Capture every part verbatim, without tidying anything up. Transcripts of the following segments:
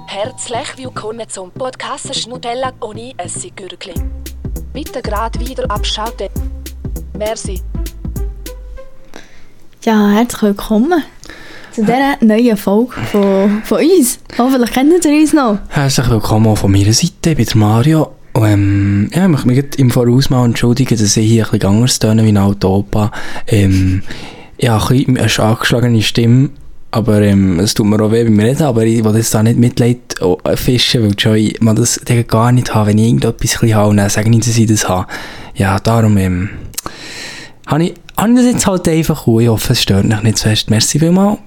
Herzlich willkommen zum Podcast Schnutella ohne Essiggürkli. Bitte gerade wieder abschalten. Merci. Ja, herzlich willkommen zu dieser neuen Folge von, von uns. Hoffentlich kennt ihr uns noch. Herzlich willkommen auch von meiner Seite, ich bin der Mario. Und, ähm, ja, ich möchte mich im Voraus mal entschuldigen, dass ich hier ein bisschen anders töne wie ein alter Opa. Ähm, ich habe ein bisschen eine angeschlagene Stimme, aber ähm, es tut mir auch weh beim Reden, aber ich will das da nicht Mitleid fischen, weil Joy, man das gar nicht haben, wenn ich irgendetwas ein bisschen habe und dann sage ich, dass ich das habe. Ja, darum ähm, habe ich, hab ich das jetzt halt einfach und ich hoffe, es stört mich nicht so fest. Merci vielmals.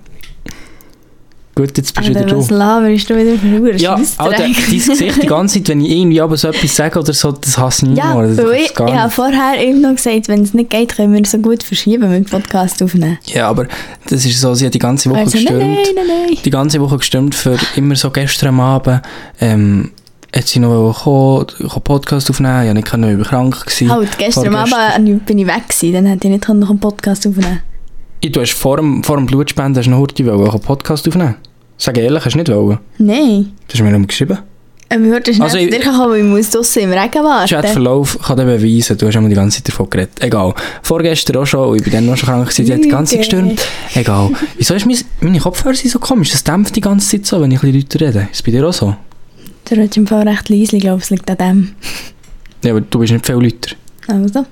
Gut, jetzt bist du wieder du. Was laberst du wieder für Ja, Alter, dein Gesicht die ganze Zeit, wenn ich irgendwie aber so etwas sage oder so, das hasse ich nicht ja, mehr. Das weil ich, ich habe vorher eben noch gesagt, wenn es nicht geht, können wir so gut verschieben mit dem Podcast aufnehmen. Ja, aber das ist so, sie hat die ganze Woche also, gestürmt. Nein, nein, nein. Die ganze Woche gestürmt für immer so gestern am Abend. Ähm, hat sie noch gekommen, Podcast aufnehmen, ja, ich kann noch krank gewesen. Halt, gestern am Abend bin ich weg gewesen, dann hätte ich nicht noch einen Podcast aufnehmen. Du hast vor dem, vor dem Blutspenden hast du noch heute einen Podcast aufnehmen. Sag ehrlich, hast du nicht wollen? Nein. Das hast du mir noch geschrieben. Ähm, ich würde also nicht kommen, weil ich muss draussen im Regen warten. Chatverlauf kann dir beweisen, du hast einmal die ganze Zeit davon geredet. Egal. Vorgestern auch schon, und ich bin dann noch schon krank gewesen, die hat die ganze Zeit gestürmt. Egal. Wieso ist mein, meine Kopfhörer so komisch? Das dämpft die ganze Zeit so, wenn ich ein bisschen Leute rede. Ist es bei dir auch so? Du redest im Fall recht leise, ich glaube, es liegt an dem. Ja, aber du bist nicht viel lauter. Also?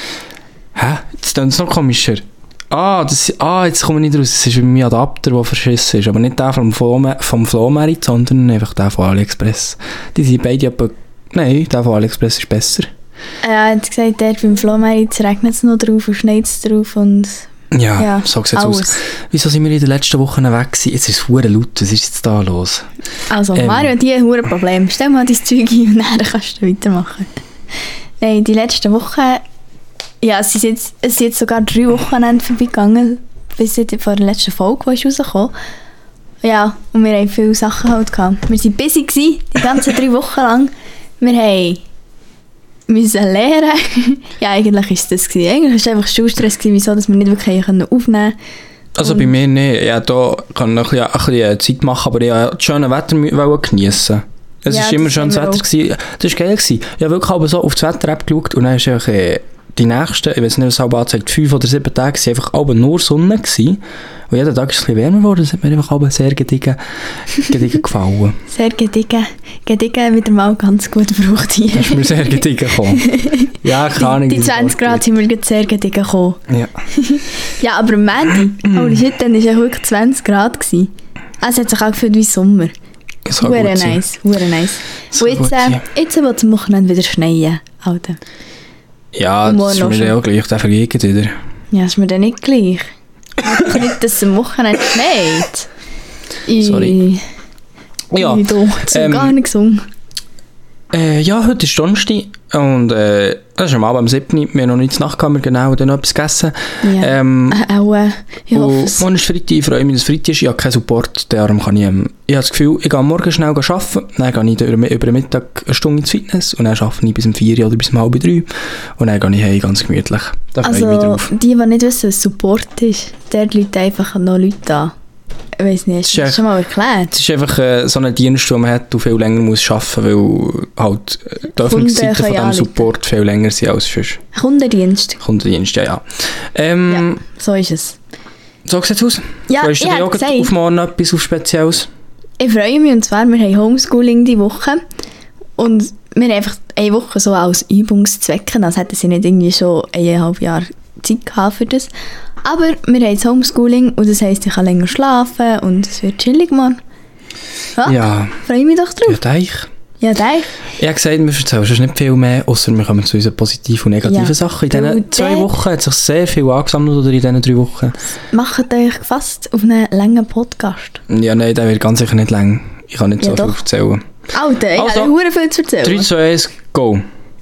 Hä? Jetzt klingt es noch komischer. Ah, das, ah, jetzt komme ich nicht raus. Das ist mein Adapter, der verschissen ist. Aber nicht der vom, vom Flohmarkt, sondern einfach der von AliExpress. Die sind beide etwa... Nein, der von AliExpress ist besser. Er hat gesagt, dort beim Flohmarkt regnet es noch drauf und schneit es drauf und... Ja, ja, so sieht es aus. Wieso sind wir in den letzten Wochen weg gewesen? Jetzt ist es verdammt laut. Was ist jetzt da los? Also, ähm, Mario hat hier ein verdammt Problem. Stell mal dein Zeug ein und dann kannst du weitermachen. Nein, die letzten Wochen... Ja, es sind jetzt, es sind jetzt sogar drei Wochenende vorbeigegangen, bis vor der letzten Folge, die ist rausgekommen. Ja, und wir haben viele Sachen halt gehabt. Wir waren busy gewesen, die ganzen drei Wochen lang. Wir haben müssen lernen. Ja, eigentlich war es das gewesen. Eigentlich war es einfach Schulstress gewesen, wieso, dass wir nicht wirklich aufnehmen konnten. Also und bei mir nicht. Ja, da kann ich ein bisschen, ein bisschen Zeit machen, aber ich wollte das schöne Wetter geniessen. Es war ja, immer schönes Wetter gewesen. Das war geil gewesen. Ich habe wirklich aber so auf das Wetter-App geschaut und dann ist einfach... Äh, die nächsten, ich weiß nicht, was es halb anzeigt, fünf oder sieben Tage waren einfach alle nur Sonne gewesen. Und jeden Tag ist es ein bisschen wärmer geworden. Das hat mir einfach alle sehr gediegen, gediegen gefallen. Sehr gediegen. Gediegen wieder mal ganz gut gebraucht hier. Das ist mir sehr gediegen gekommen. Ja, keine Ahnung. Die, die zwanzig Grad sind mir sehr gediegen gekommen. Ja. Ja, aber am Montag, holy shit, dann war es wirklich zwanzig Grad gewesen. Also es hat sich auch gefühlt wie Sommer. Hure nice, hure nice. Und jetzt, äh, jetzt wird es am Wochenende wieder schneien, Alter. Ja, das ist mir dann auch gleich, der vergeht wieder. Ja, das ist mir dann nicht gleich. Ich nicht, dass es am Wochenende schneit. Ich, Sorry. Ja. Ich habe ähm, gar nicht gesungen. Äh, ja, heute ist Donnerstag und äh, das ist am Abend am siebten Wir haben noch nicht zur Nacht gekommen, genau, dann noch etwas gegessen. Ja, ähm, äh, auch, äh, ich hoffe es. Morgen ist Freitag, ich freue mich, dass es Freitag ist. Ich habe keinen Support, darum kann ich... Ähm, ich habe das Gefühl, ich gehe morgen schnell arbeiten, dann gehe ich über, über den Mittag eine Stunde ins Fitness und dann arbeite ich bis um vier oder bis um halb drei und dann gehe ich heim, ganz gemütlich. Da freue also, ich mich drauf. Die, die nicht wissen, was Support ist, dort Leute einfach noch Leute an. Ich weiss nicht, hast du das schon mal erklärt? Es ist einfach äh, so ein Dienst, den man hat, der viel länger muss arbeiten muss, weil halt die Öffnungszeiten von diesem Support viel länger sind als sonst. Kundendienst. Kundendienst, ja, ja. Ähm, ja, so ist es. So sieht es aus. Ja, freust du dich auch auf morgen etwas auf Spezielles? Ich freue mich, und zwar, wir haben Homeschooling diese Woche und wir haben einfach eine Woche so als Übungszwecke, als hätten sie nicht irgendwie schon eineinhalb Jahre Zeit gehabt für das. Aber wir haben jetzt Homeschooling und das heisst, ich kann länger schlafen und es wird chillig, Mann. Ja, ja. Freue mich doch drauf. Ja, deich. Ja, deich. Ich habe gesagt, wir erzählen schon nicht viel mehr, außer wir kommen zu unseren positiven und negativen ja. Sachen. In diesen zwei Wochen hat sich sehr viel angesammelt, oder in diesen drei Wochen. Macht euch gefasst auf einen langen Podcast. Ja, nein, der wird ganz sicher nicht lang. Ich kann nicht ja, so doch. viel erzählen. Alter, ich also, habe sehr viel zu erzählen. drei, zwei, eins, go.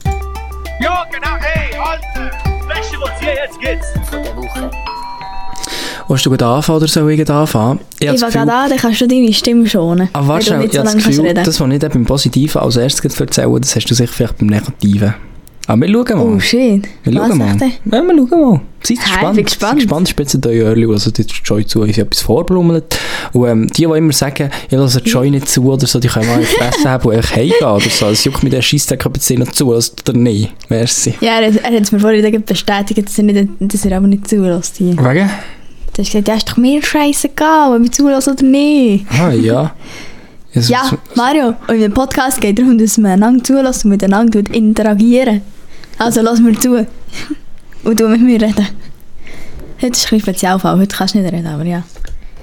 Ja, genau, hey, Alter. Weißt du, was hier jetzt geht's? Von der Woche. Willst du gut anfangen oder soll ich gut anfangen? Ich, ich fange gerade an, dann kannst du deine Stimme schonen. Aber warte, ich habe das Gefühl, das, was ich beim Positiven als erstes erzählen, das hast du sicher vielleicht beim Negativen. Aber wir schauen mal. Oh, schön. Wir Was schauen mal. sagt Ja, wir schauen mal. Seid Hey, gespannt. ich bin gespannt. Seid gespannt, spitze die Early, also die Joy zu, ich etwas vorblummelt. Und ähm, die, die immer sagen, ich lasse Joy nicht zu oder so, die können mal in die Fresse haben und einfach heimgehen oder so. Es juckt mir der Scheissdreck, ob jetzt sie noch zulässt oder nicht. Merci. Ja, er, er hat es mir vorhin bestätigt, dass er, nicht, dass er aber nicht zulässt. hier. Wegen? Du hast gesagt, ja, ist doch mir scheißegal, ob ich zulasse oder nicht. Ah, ja. Es- Ja, es- Mario, und in dem Podcast geht es darum, dass man einander zulässt und miteinander interagieren. Also lass mir zu. Und du mit mir reden. Heute ist ein bisschen Spezialfall, heute kannst du nicht reden, aber ja.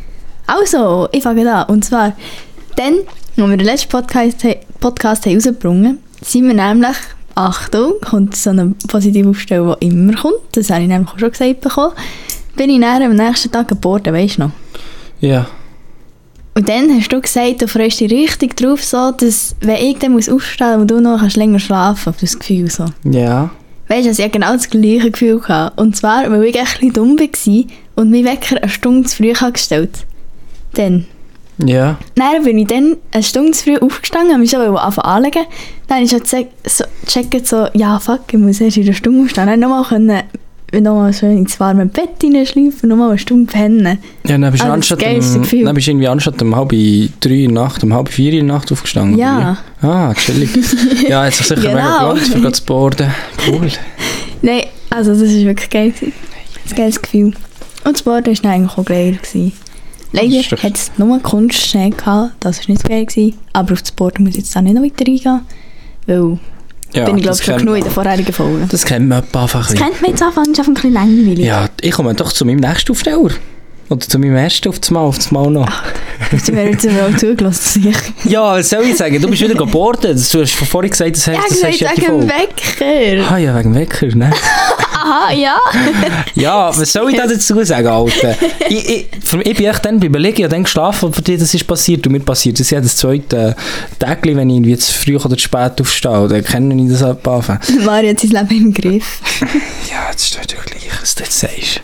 Also, ich fange an. Und zwar, dann, als wir den letzten Podcast, Podcast haben rausgebracht haben, sind wir nämlich, Achtung, kommt so eine positive Aufstellung, die immer kommt, das habe ich nämlich auch schon gesagt bekommen, bin ich dann am nächsten Tag geboren, weißt du noch? Ja. Und dann hast du gesagt, du freust dich richtig drauf, so, dass, wenn ich dann muss aufstehen muss und du noch kannst länger schlafen, das Gefühl so. Ja. Weißt du, dass ich genau das gleiche Gefühl hatte. Und zwar, weil ich echt ein bisschen dumm war und mein Wecker eine Stunde zu früh habe gestellt. Dann. Ja. Dann bin ich dann eine Stunde zu früh aufgestanden, habe mich schon anfangen anlegen. Dann habe ich schon gecheckt, so, gecheckt, so, ja fuck, ich muss erst in einer Stunde aufstehen. Dann nochmal können, nochmal schön ins warme Bett hineinschlafen, nochmal eine Stunde pennen. Ja, dann bist du Also das anstatt geilste um, Gefühl. dann bist du irgendwie anstatt um halb drei in der Nacht, um halb vier in der Nacht aufgestanden. Ja. oder wie? Ah, chillig. Ja, jetzt hat sich sicher Genau. mega gelohnt, für das Boarden. Cool. Nein, also das war wirklich geil. Ein geiles Gefühl. Und das Board war dann eigentlich auch geil. Gewesen. Leider Das ist doch- hat es nur Kunstschnee gehabt, das war nicht so geil. Gewesen. Aber auf das Board muss ich jetzt auch nicht noch weiter eingehen, weil Ja, bin ich glaube das ich schon kennt- genug in der vorherigen Folge. Das kennt man etwa einfach. Das kennt man jetzt anfangs schon ein bisschen langweilig. Ja, ich komme doch zu meinem nächsten Aufsteller. Oder zu meinem ersten auf das Mal, auf das Mal noch. Hast du mir jetzt auch zugelassen? Ich Ja, was soll ich sagen? Du bist wieder geboren. Du hast vorhin gesagt, das heißt, das habe heißt ja gesagt, die wegen dem Folge. Wecker. Ah ja, wegen dem Wecker, ne? Aha, ja. Ja, was soll ich da dazu sagen, Alter? Ich, ich, für, ich bin echt dann beim Überlegen, ich habe dann geschlafen, und für dich das ist passiert und mir passiert das jedes zweite Tag, wenn ich irgendwie zu früh oder zu spät aufstehe, dann kenne ich das ab anfangen. Mario hat sein Leben im Griff. Ja, das ist doch gleich, was du jetzt sagst.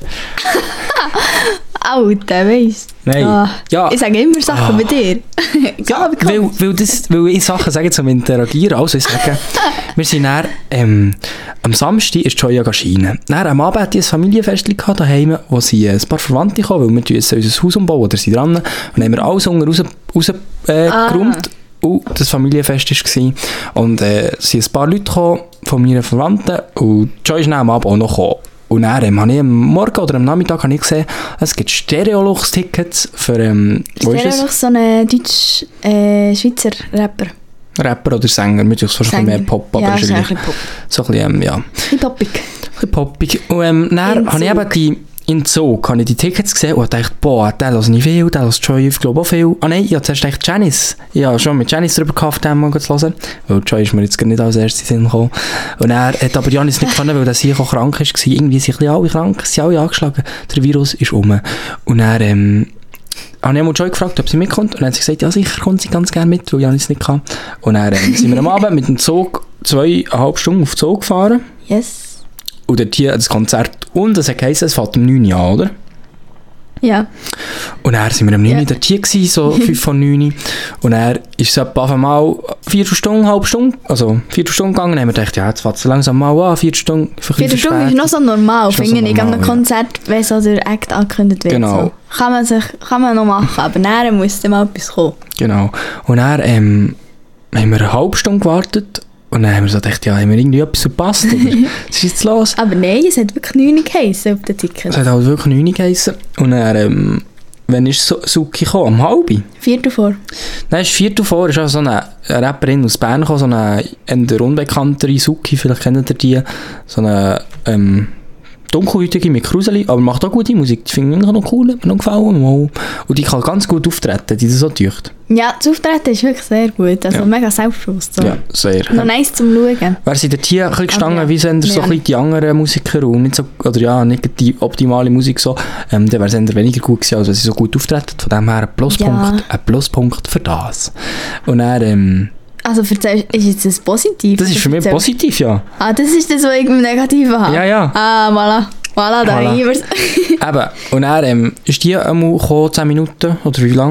Alter, weißt du? Nein. Ah, Ja. Ich sage immer Sachen Ah. bei dir. Ja, weil, weil, das, weil ich Sachen sage zum Interagieren. Also ich sage, wir sind dann, ähm, am Samstag ist Joya gescheinen. Dann am Abend hatte ich ein Familienfest gehabt daheim, wo sie äh, ein paar Verwandte kamen, weil wir jetzt unser Haus umbauen oder sind dran. Und dann haben wir alles unten raus, raus äh, Ah. geräumt. Und das Familienfest war. Und äh, es sind ein paar Leute gekommen von meinen Verwandten und Joy ist dann am Abend auch noch gekommen. Und dann ähm, habe ich am Morgen oder am Nachmittag habe ich gesehen, es gibt Stereolux-Tickets für, ähm, wo Ist ist der es? noch so ein deutsch-schweizer Rapper? Rapper oder Sänger, mit fast ein bisschen mehr Pop, aber ja, ist ist ein irgendwie bisschen Pop. so ein bisschen, ähm, ja, ein Ein bisschen poppig. bisschen poppig. Und ähm, dann In habe ich Zug. eben die, in Zug, habe ich die Tickets gesehen und dachte, boah, der hört nicht viel, der hört Joy, ich glaube auch viel. Ah nein, ich habe zuerst gedacht, Janice. Ich habe schon mit Janice darüber gehabt, den mal zu hören, weil Joy ist mir jetzt gar nicht als erstes in den Sinn gekommen. Und er hat aber Janice nicht können, weil er sicher auch krank war. Irgendwie sind ein alle krank, sie sind alle angeschlagen, der Virus ist rum. Und er, ähm, habe ich einmal Joy gefragt, ob sie mitkommt. Und dann hat sie gesagt, ja sicher kommt sie ganz gerne mit, weil Janice nicht kann. Und dann ähm, sind wir am Abend mit dem Zug zweieinhalb Stunden auf den Zug gefahren. Yes. Und dort hier das Konzert. Und es hat geheißen, es fängt um neun Uhr an, oder? Ja. Und dann sind wir um neun Uhr Ja. dort hier gewesen, so fünf von neun. Und dann ist es etwa auf einmal Viertelstunde, halbe Stunde, also Viertelstunde gegangen. Dann haben wir gedacht, ja, jetzt fängt es langsam mal an, Viertelstunde, Viertelstunde ist noch so normal, Ist noch finde so ich, an einem normal, ja. Konzert, wenn so der Act angekündigt wird. Genau. So. Kann man sich, kann man noch machen, aber dann muss dann mal etwas kommen. Genau. Und dann ähm, haben wir eine halbe Stunde gewartet. Und dann haben wir so gedacht, ja, haben wir irgendwie etwas verpasst? Oder was ist jetzt los? Aber nein, es hat wirklich neun geheissen auf den Es Tickets. hat halt wirklich neun geheissen. Und dann, ähm, wann ist Su- Suki gekommen? Um halb? Viertel vor. Dann ist Viertel vor, ist auch so eine Rapperin aus Bern gekommen, so eine eher unbekanntere Suki, vielleicht kennt ihr die, so eine ähm, dunkelhäutige mit Kruseli, aber macht auch gute Musik, die finde ich noch cool, hat mir noch gefallen. Wow. Und die kann ganz gut auftreten, die das so tücht. Ja, das Auftreten ist wirklich sehr gut, also Ja. mega selbstbewusst. So. Ja, sehr. Noch nice zum Schauen. Wer sind dort hier ein bisschen gestanden, ja. wie sind so Ja. ein bisschen die anderen Musiker und nicht so, oder ja, nicht die optimale Musik so, ähm, dann wäre es eher weniger gut gewesen, als wenn sie so gut auftreten. Von dem her ein Pluspunkt, Ja. ein Pluspunkt für das. Und dann, ähm, Also erzählst, ist jetzt das positiv? das ist für mich Erzählst- positiv, ja. Ah, das ist das, was ich im Negativen habe? Ja, ja. Ah, voilà. Voilà, da Voilà. haben wir's. Eben, und dann ähm, ist die einmal gekommen, zehn Minuten, oder wie lang?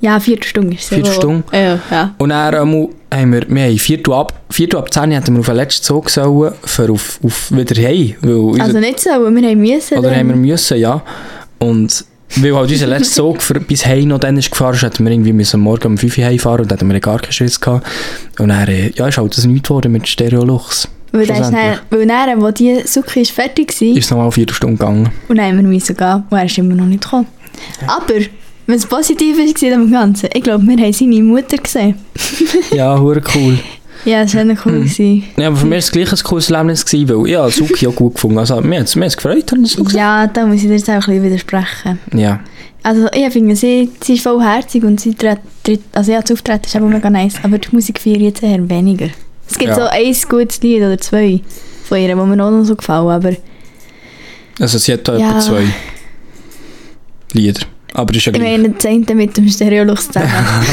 Ja, vierte Stunde ist es. Viertelstunde. Ja, ja. Und dann ähm, haben wir, wir haben Viertel ab, Viertel ab zehn hätten wir auf den letzten Zug sollen, für auf, auf wieder heim. Weil Also nicht so, aber wir haben müssen. Oder dann. haben wir müssen, ja. Und weil halt unser letzter Zug für, bis heim noch dann ist gefahren ist, hätten wir irgendwie müssen morgen um fünf Uhr heimfahren und dann hatten wir gar keinen Schiss gehabt. Und dann äh, ja, ist halt das nichts geworden mit Stereolux. Weil dann, dann, weil dann, wo die Suche ist fertig war, ist es nochmal vier Stunden gegangen. und dann haben wir müssen gehen. Und er ist immer noch nicht gekommen. Ja. Aber, wenn es positiv war am Ganzen, ich glaube, wir haben seine Mutter gesehen. Ja, hure cool. Ja, das war cool. Hm. Ja, aber für mich war es gleich ein cooles Erlebnis, gewesen, weil ja, Suki auch gut gefunden. Also, mir hat es gefreut, haben so Ja, da muss ich dir jetzt auch ein bisschen widersprechen. Ja. Also ich finde, sie, sie ist vollherzig und sie tritt, tritt, also ja, das Auftreten ist aber mega nice, aber die Musik feiere ich jetzt eher weniger. Es gibt Ja. so ein gutes Lied oder zwei von ihr, die mir auch noch so gefallen, aber Also sie hat da Ja. etwa zwei Lieder. Aber das ist ja ich gleich. meine, das eine mit dem Stereolux zusammen.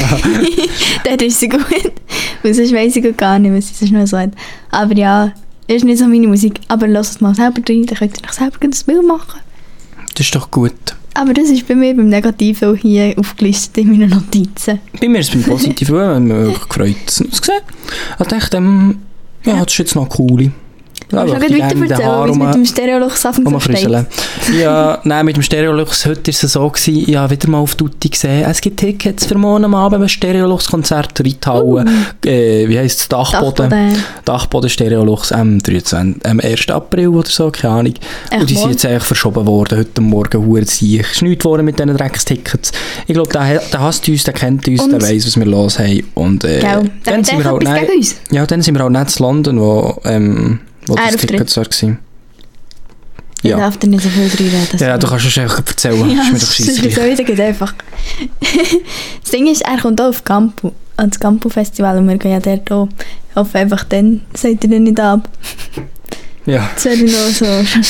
Dort ist sie gut. Und sonst weiss ich gar nicht, was sie sonst noch so hat. Aber ja, das ist nicht so meine Musik. Aber lasst es mal selber rein, dann könnt ihr euch selber ein Bild machen. Das ist doch gut. Aber das ist bei mir beim Negativen auch hier aufgelistet in meinen Notizen. Bei mir ist es beim Positiven, weil man mich wirklich gefreut es ausgesehen. Ich dachte, ähm, ja, das ist jetzt noch cool. Ja, Kannst du noch weiter erzählen, wie es mit dem Stereolux anfängt zu stehen? Ja, nein, mit dem Stereolux, heute war es so, gewesen, ich habe wieder mal auf Tutti gesehen, es gibt Tickets für morgen am Abend, ein Stereolux-Konzert, Reithauen, uh. äh, wie heisst es, Dachboden, Dachboden, Dachboden Stereolux am dreiundzwanzigsten am ersten April oder so, keine Ahnung. Echt, und die sind morgen? jetzt eigentlich verschoben worden, heute Morgen, hure siech. Es ist nichts geworden mit diesen Dreckstickets. Ich glaube, der, der hasst uns, der kennt uns, Und? der weiss, was wir los haben. Und äh, Gell, der dann hat sind wir halt etwas nein, gegen uns. ja, dann sind wir halt nicht zu London, wo, ähm, wo Ah, das Auftritt. Ticket war. Ich Ja. darf dir nicht so viel reinreden. Ja, du kannst es einfach erzählen. Ja, ist mir doch das scheisslich. so wieder geht einfach. Das Ding ist, er kommt auch auf Campo, ans Campo-Festival und wir gehen ja dort auch. Ich hoffe einfach, dann seid ihr dann nicht ab. Ja. Das wäre noch so.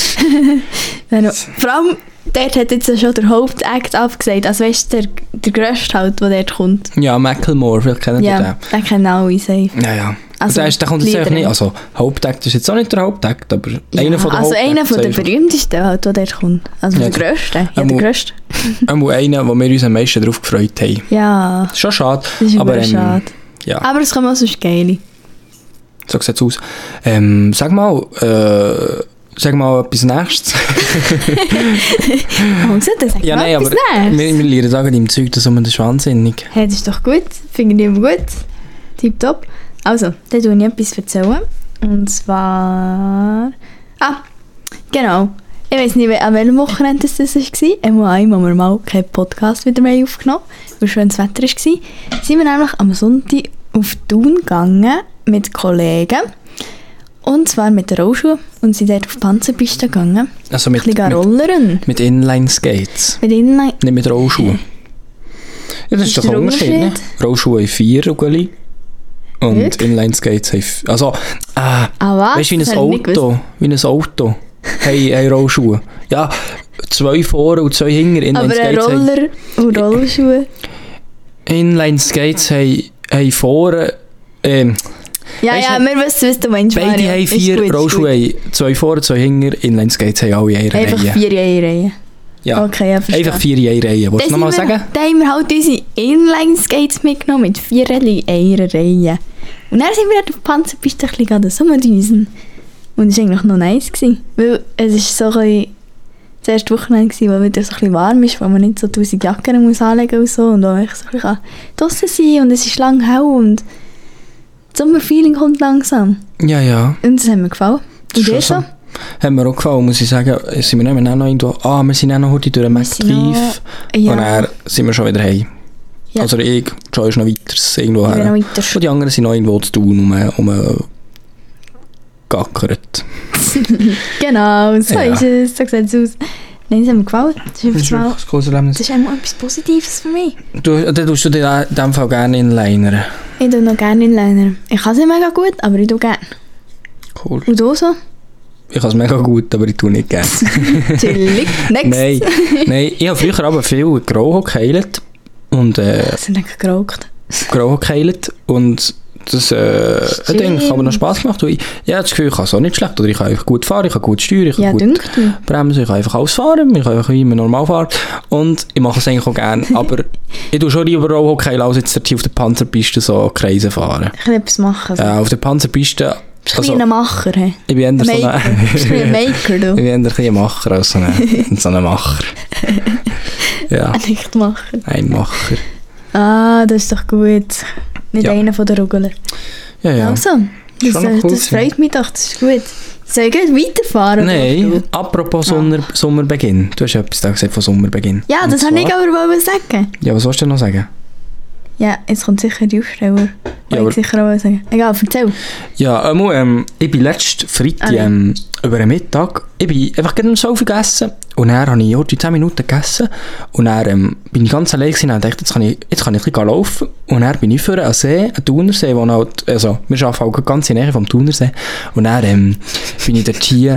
Wäre noch- Vor allem, dort hat jetzt schon der Hauptakt abgesagt. Also weißt du, der, der grösste halt, der dort kommt. Ja, Macklemore, vielleicht kennt ihr Ja, den kennen alle safe. den. Ja, ja. Also, Also, der, ist, der kommt jetzt Lieder. eigentlich nicht, also Hauptakt ist jetzt auch nicht der Hauptakt, aber Ja, einer von der also einer von der Hauptakte, berühmtesten halt, der dort kommt. Also Ja, der grösste. Ja, der einmal- grösste. Einmal einer, wo wir uns am meisten darauf gefreut haben. Ja, Das ist schon schade, das ist aber aber ähm, schade. ja, Aber es kommen auch sonst geile. so sieht es aus. Ähm, sag mal, äh, sag mal etwas Nächstes. Also, dann sag Ja, mal nein, aber etwas wir, Nächstes. wir lernen sagen, im Zeug, das ist wahnsinnig. Hey, das ist doch gut. Finde ich immer gut. Tipptopp. Also, dann tue ich etwas erzählen. Und zwar... Ah, genau. Ich weiss nicht, an welchem Wochenende das war. Einmal einmal, wo wir mal keinen Podcast wieder mehr aufgenommen haben, weil schönes Wetter war. Sind wir nämlich am Sonntag auf Thun gegangen mit Kollegen. Und zwar mit der Rollschuhe. Und sind dort auf die Panzerpiste gegangen. Also Ein mit, bisschen mit, rollern. mit Inline-Skates, Mit ihnen... nicht mit Rollschuhen. Ja, das ist, Ist doch ein der Unterschied, ne? Unterschied? Rollschuhe haben vier Rugeli und Wirklich? Inline-Skates haben... f- Also, ah, Ah, was? weißt du, wie Das ein habe ich nicht Auto, wie ein Auto, haben, haben Rollschuhe. Ja, zwei vorne und zwei hinten. Aber ein Inline-Skates haben, Roller und Rollschuhe... Inline-Skates haben, haben vorne... Ähm, Ja, Weißt ja, du, wir wissen, was du meinst, beide Mario. haben Ist vier, gut, ist Rollschuhe gut. haben zwei vorne, zwei hinten, Inline-Skates haben alle eine Einfach Reihe. vier in einer Reihe. Ja, Okay, ja, verstehe. einfach vier in eine Reihe. Wolltest du Dann nochmal sind wir- sagen? Dann haben wir halt unsere Inline-Skates mitgenommen mit vier Rädchen in einer Reihe. Und dann sind wir auf der Panzerpiste ein bisschen so mit düsen. Und das war eigentlich noch nice. Gewesen, weil es ist so ein bisschen das erste Wochenende war, wo wieder so ein bisschen warm ist, wo man nicht so tausend Jacken muss anlegen muss und so. Und wo man so ein bisschen draussen sein kann und es ist lang hell und das Sommerfeeling kommt langsam. Ja, ja. Und das hat mir gefallen. Das ist Und dir schon so? so. Hat mir auch gefallen, muss ich sagen. Sind wir nämlich auch noch irgendwo... Ah, wir sind auch noch heute durch den Wir sind noch- McDrive. Ja. Und dann sind wir schon wieder heim. Ja. Also ich, Joy ist noch weiter irgendwo Ich bin her. noch weiter. Und die anderen sind noch irgendwo zu tun, um, um gackert. Genau, so Ja. ist es. So sieht es aus. Nein, das hat mir gefallen. Das ist, Das ist einfach mal, wirklich ein cooles Erlebnis. das ist einmal etwas Positives für mich. Du, dann tust du dir in diesem Fall gerne inlinern. Ich tue noch gerne Inliner. Ich kann es nicht mega gut, aber ich tue gerne. Cool. Und du so? Ich kann es mega gut, aber ich tue nicht gerne. Chillig. Next. Nein, nein, ich habe früher aber viel Grau geheilt. Und äh, Das sind nicht geraucht. Grau geheilt. Und das äh, hat eigentlich aber noch Spass gemacht. Ich, ich habe das Gefühl, ich kann es auch nicht schlecht. Oder ich kann einfach gut fahren, ich kann gut steuern, ich kann Ja, gut dünkt mich. bremsen, ich kann einfach alles fahren, ich kann einfach wie immer normal fahren. Und ich mache es eigentlich auch gerne. Aber ich tue schon lieber auch okay, lass jetzt hier auf der Panzerpiste so Kreise fahren. Ich kann etwas machen. So. Äh, auf der Panzerpiste... Bist du ein Macher? He? Ich bin eher so Maker. ein... Bist du ein Maker, du? Ich bin eher ein bisschen ein Macher als so ein, so ein Macher. Ja, Ein Nichtmacher. ein Macher. Ah, das ist doch gut. Nicht Ja. einer von den Rugeln. Ja, ja. Also, das, Schon noch das, cool das gewesen. freut mich doch, das ist gut. Soll ich gleich weiterfahren? Nein, oder? apropos Sommer, Sommerbeginn. Du hast etwas da gesagt von Sommerbeginn. Ja, Und das wollte ich zwar- aber wollen sagen. Ja, was sollst du denn noch sagen? Ja, jetzt kommt sicher die Aufsteller. Ja, Ja, aber- ich sicher auch wollen sagen. Egal, erzähl. Ja, ähm, ähm, ich bin letzten Freitag Ah, ähm, über den Mittag, ich bin einfach gerade so viel gegessen und dann habe ich auch die zehn Minuten gegessen und dann ähm, bin ich ganz allein gewesen und dachte, jetzt kann ich, jetzt kann ich ein bisschen laufen und dann bin ich für einen See, einen Thunersee, wo halt, also wir arbeiten auch ganz in der Nähe vom Thunersee und dann ähm, bin ich dort hier,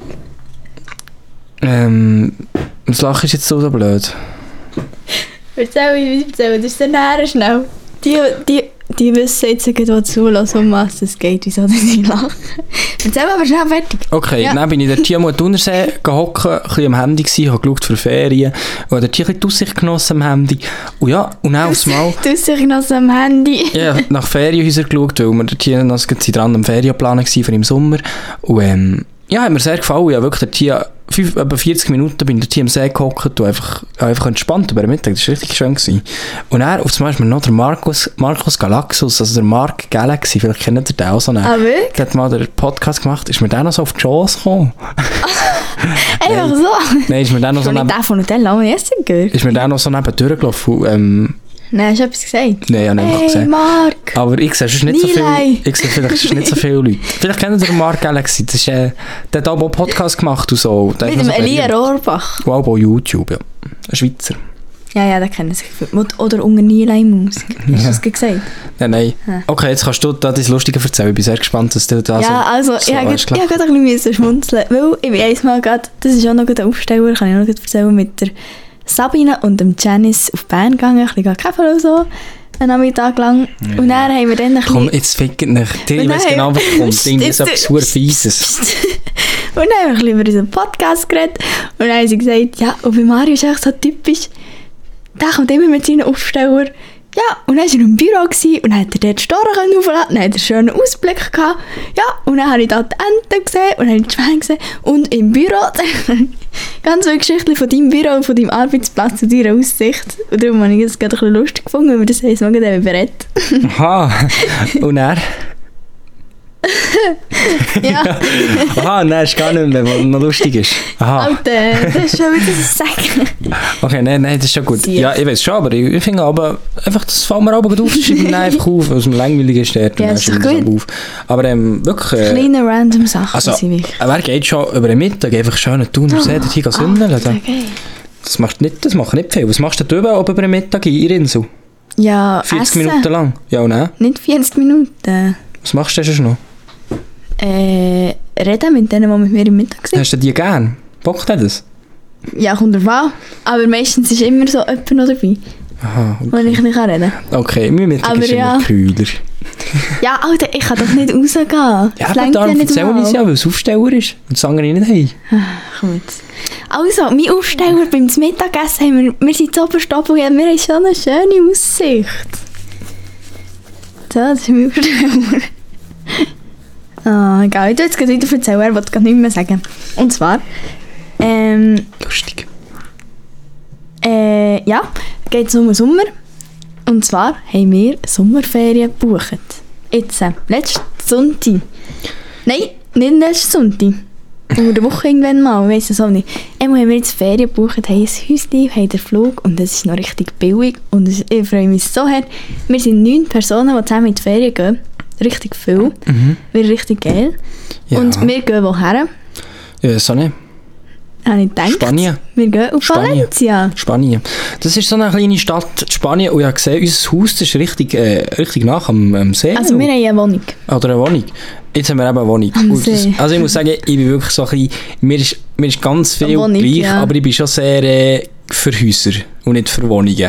ähm, das Lachen ist jetzt so, so blöd. Erzähl, ich erzähl, das ist dann näher schnell. Die, die, die wissen jetzt, die zulassen, um was es geht, wieso das nicht lachen. Erzähl aber schnell fertig. Okay, Ja. dann bin ich dort hier am Thunersee gehocken, ein bisschen am Handy gewesen, habe geschaut für Ferien und habe dort hier ein bisschen die Aussicht genossen am Handy. Und ja, und dann aufs Mal... Du hast dich noch so am Handy. Ja, nach Ferienhäusern geschaut, weil wir dort hier noch sind dran am Ferienplan waren für im Sommer. Und ähm, ja, hat mir sehr gefallen. Ja, wirklich dort hier, fünf, etwa vierzig Minuten bin ich dort hier am See gehockt und einfach, einfach entspannt über den Mittag. Das war richtig schön gewesen. Und dann, auf einmal ist mir noch der Markus, Markus Galaxus, also der Mark Galaxy, vielleicht kennt ihr den auch so einen. Ah, wirklich? Der hat mal den Podcast gemacht, ist mir der noch so auf die Chance gekommen. Einfach so. Nein, ist mir der noch so Schon nicht neben, der von Nutella, aber ich esse gehört. ist mir der noch so neben durchgelaufen. Und, ähm, Nein, hast du etwas gesagt? nein, ich habe nicht Hey, gesehen. Mark. Aber ich sehe sonst nicht so viel, Nilay. ich sehe vielleicht sonst nicht so viele Leute. Vielleicht kennen Sie den Mark Galaxy, das ist, äh, der hat auch einen Podcast gemacht und so. Der ist Mit noch dem so Elia berühmt. Rohrbach. Und auch bei YouTube, ja. Ein Schweizer. Ja, ja, den kennen sich viele. Oder unter Nilay-Musik. Hast du Ja. das gesagt? Nein, nein. Ja. Okay, jetzt kannst du da das Lustige erzählen. Ich bin sehr gespannt, dass du da Ja, also, so ich habe hast grad- ich habe gerade ein bisschen schmunzeln, weil ich bin einmal gerade, das ist auch noch ein Aufsteller, kann ich auch noch gerade erzählen, mit der Sabine und dem Janice auf Bern gegangen, ein bisschen Kaffee oder so, einen Nachmittag lang. Und dann haben wir dann ein Komm, bisschen... jetzt ficken nicht. Ich Und weiss dann- genau, was kommt. Irgendwie Jetzt- so etwas super Fieses. Und dann haben wir ein bisschen über unseren Podcast geredet und dann haben sie gesagt, ja, und bei Mario ist echt so typisch, der kommt immer mit seinen Aufsteller. Ja, und dann war er im Büro gewesen, und dann hat er dort die Storen aufladen, dann hat er einen schönen Ausblick gehabt. Ja, und dann habe ich da die Enten gesehen und dann habe ich die Schweine gesehen. Und im Büro, ganz viele Geschichten von deinem Büro und von deinem Arbeitsplatz und deiner Aussicht. Und darum habe ich das gerade ein bisschen lustig gefunden, weil wir das jetzt mal gerade berät. Aha. Und er? Ja, Aha, nein, ist gar nicht mehr, was noch lustig ist. Aha. Alter, das ist schon wieder das Sagen. Okay, nein, nein, das ist schon gut. Sie. Ja, ich weiß schon, aber ich, ich finde aber, einfach, das fällt mir aber gut auf, das schreibe ich dann einfach auf, weil es mir langweilig ist dort. Ja, und dann ist doch schreibe ich das gut. auf. Aber ähm, wirklich... Äh, Kleine random Sachen also, sind wichtig. wer geht schon über den Mittag einfach schön tun und sehen, hier sündeln? Alter, geil. Das macht nicht, das macht nicht viel. Was machst du da über den Mittag in Insel? Ja, vierzig essen. Minuten lang? Ja, und dann? Nicht vierzig Minuten. Was machst du denn schon noch? Äh, reden mit denen, die mit mir im Mittag sind. Hast du die gern? Bockt dir das? Ja, kommt drauf an. Aber meistens ist immer so jemand noch dabei, Aha, wenn okay. ich nicht reden kann. Okay, mein Mittag Aber ist ja. immer kühler. Ja, Alter, ich kann doch nicht rausgehen. Ja, das aber längt darum nicht erzähl mal. ich es ja, weil es Aufsteller ist und das andere nicht haben. Komm jetzt. Also, mein Aufsteller beim Mittagessen haben wir, wir sind zu oberst oben und wir haben schon eine schöne Aussicht. So, das ist mein Aufsteller. Ah, egal. Ich will jetzt gleich weiter erzählen, er will gar nicht mehr sagen. Und zwar, ähm, Lustig. äh, ja, geht es um den Sommer. Und zwar haben wir Sommerferien gebucht. Jetzt, äh, letzten Sonntag. Nein, nicht letzten Sonntag. Unter der Woche irgendwann mal, ich weiss es auch nicht. Einmal haben wir jetzt Ferien gebucht, haben ein Häuschen, haben den Flug und es ist noch richtig billig. Und es- ich freue mich so hart. Wir sind neun Personen, die zusammen in die Ferien gehen. Richtig viel. Mhm. Wird richtig geil. Ja. Und wir gehen woher? Ja, so nicht. Habe ich gedacht. Spanien. Wir gehen auf Spanien. Valencia. Spanien. Das ist so eine kleine Stadt, Spanien. Und ich habe gesehen, unser Haus das ist richtig, äh, richtig nach am, am See. Also wir haben eine Wohnung. Oder eine Wohnung. Jetzt haben wir eben eine Wohnung. Am Und das, See. also ich muss sagen, ich bin wirklich so ein bisschen, mir ist, mir ist ganz viel Wohnung, gleich, ja. aber ich bin schon sehr äh, für Häuser und nicht für Wohnungen.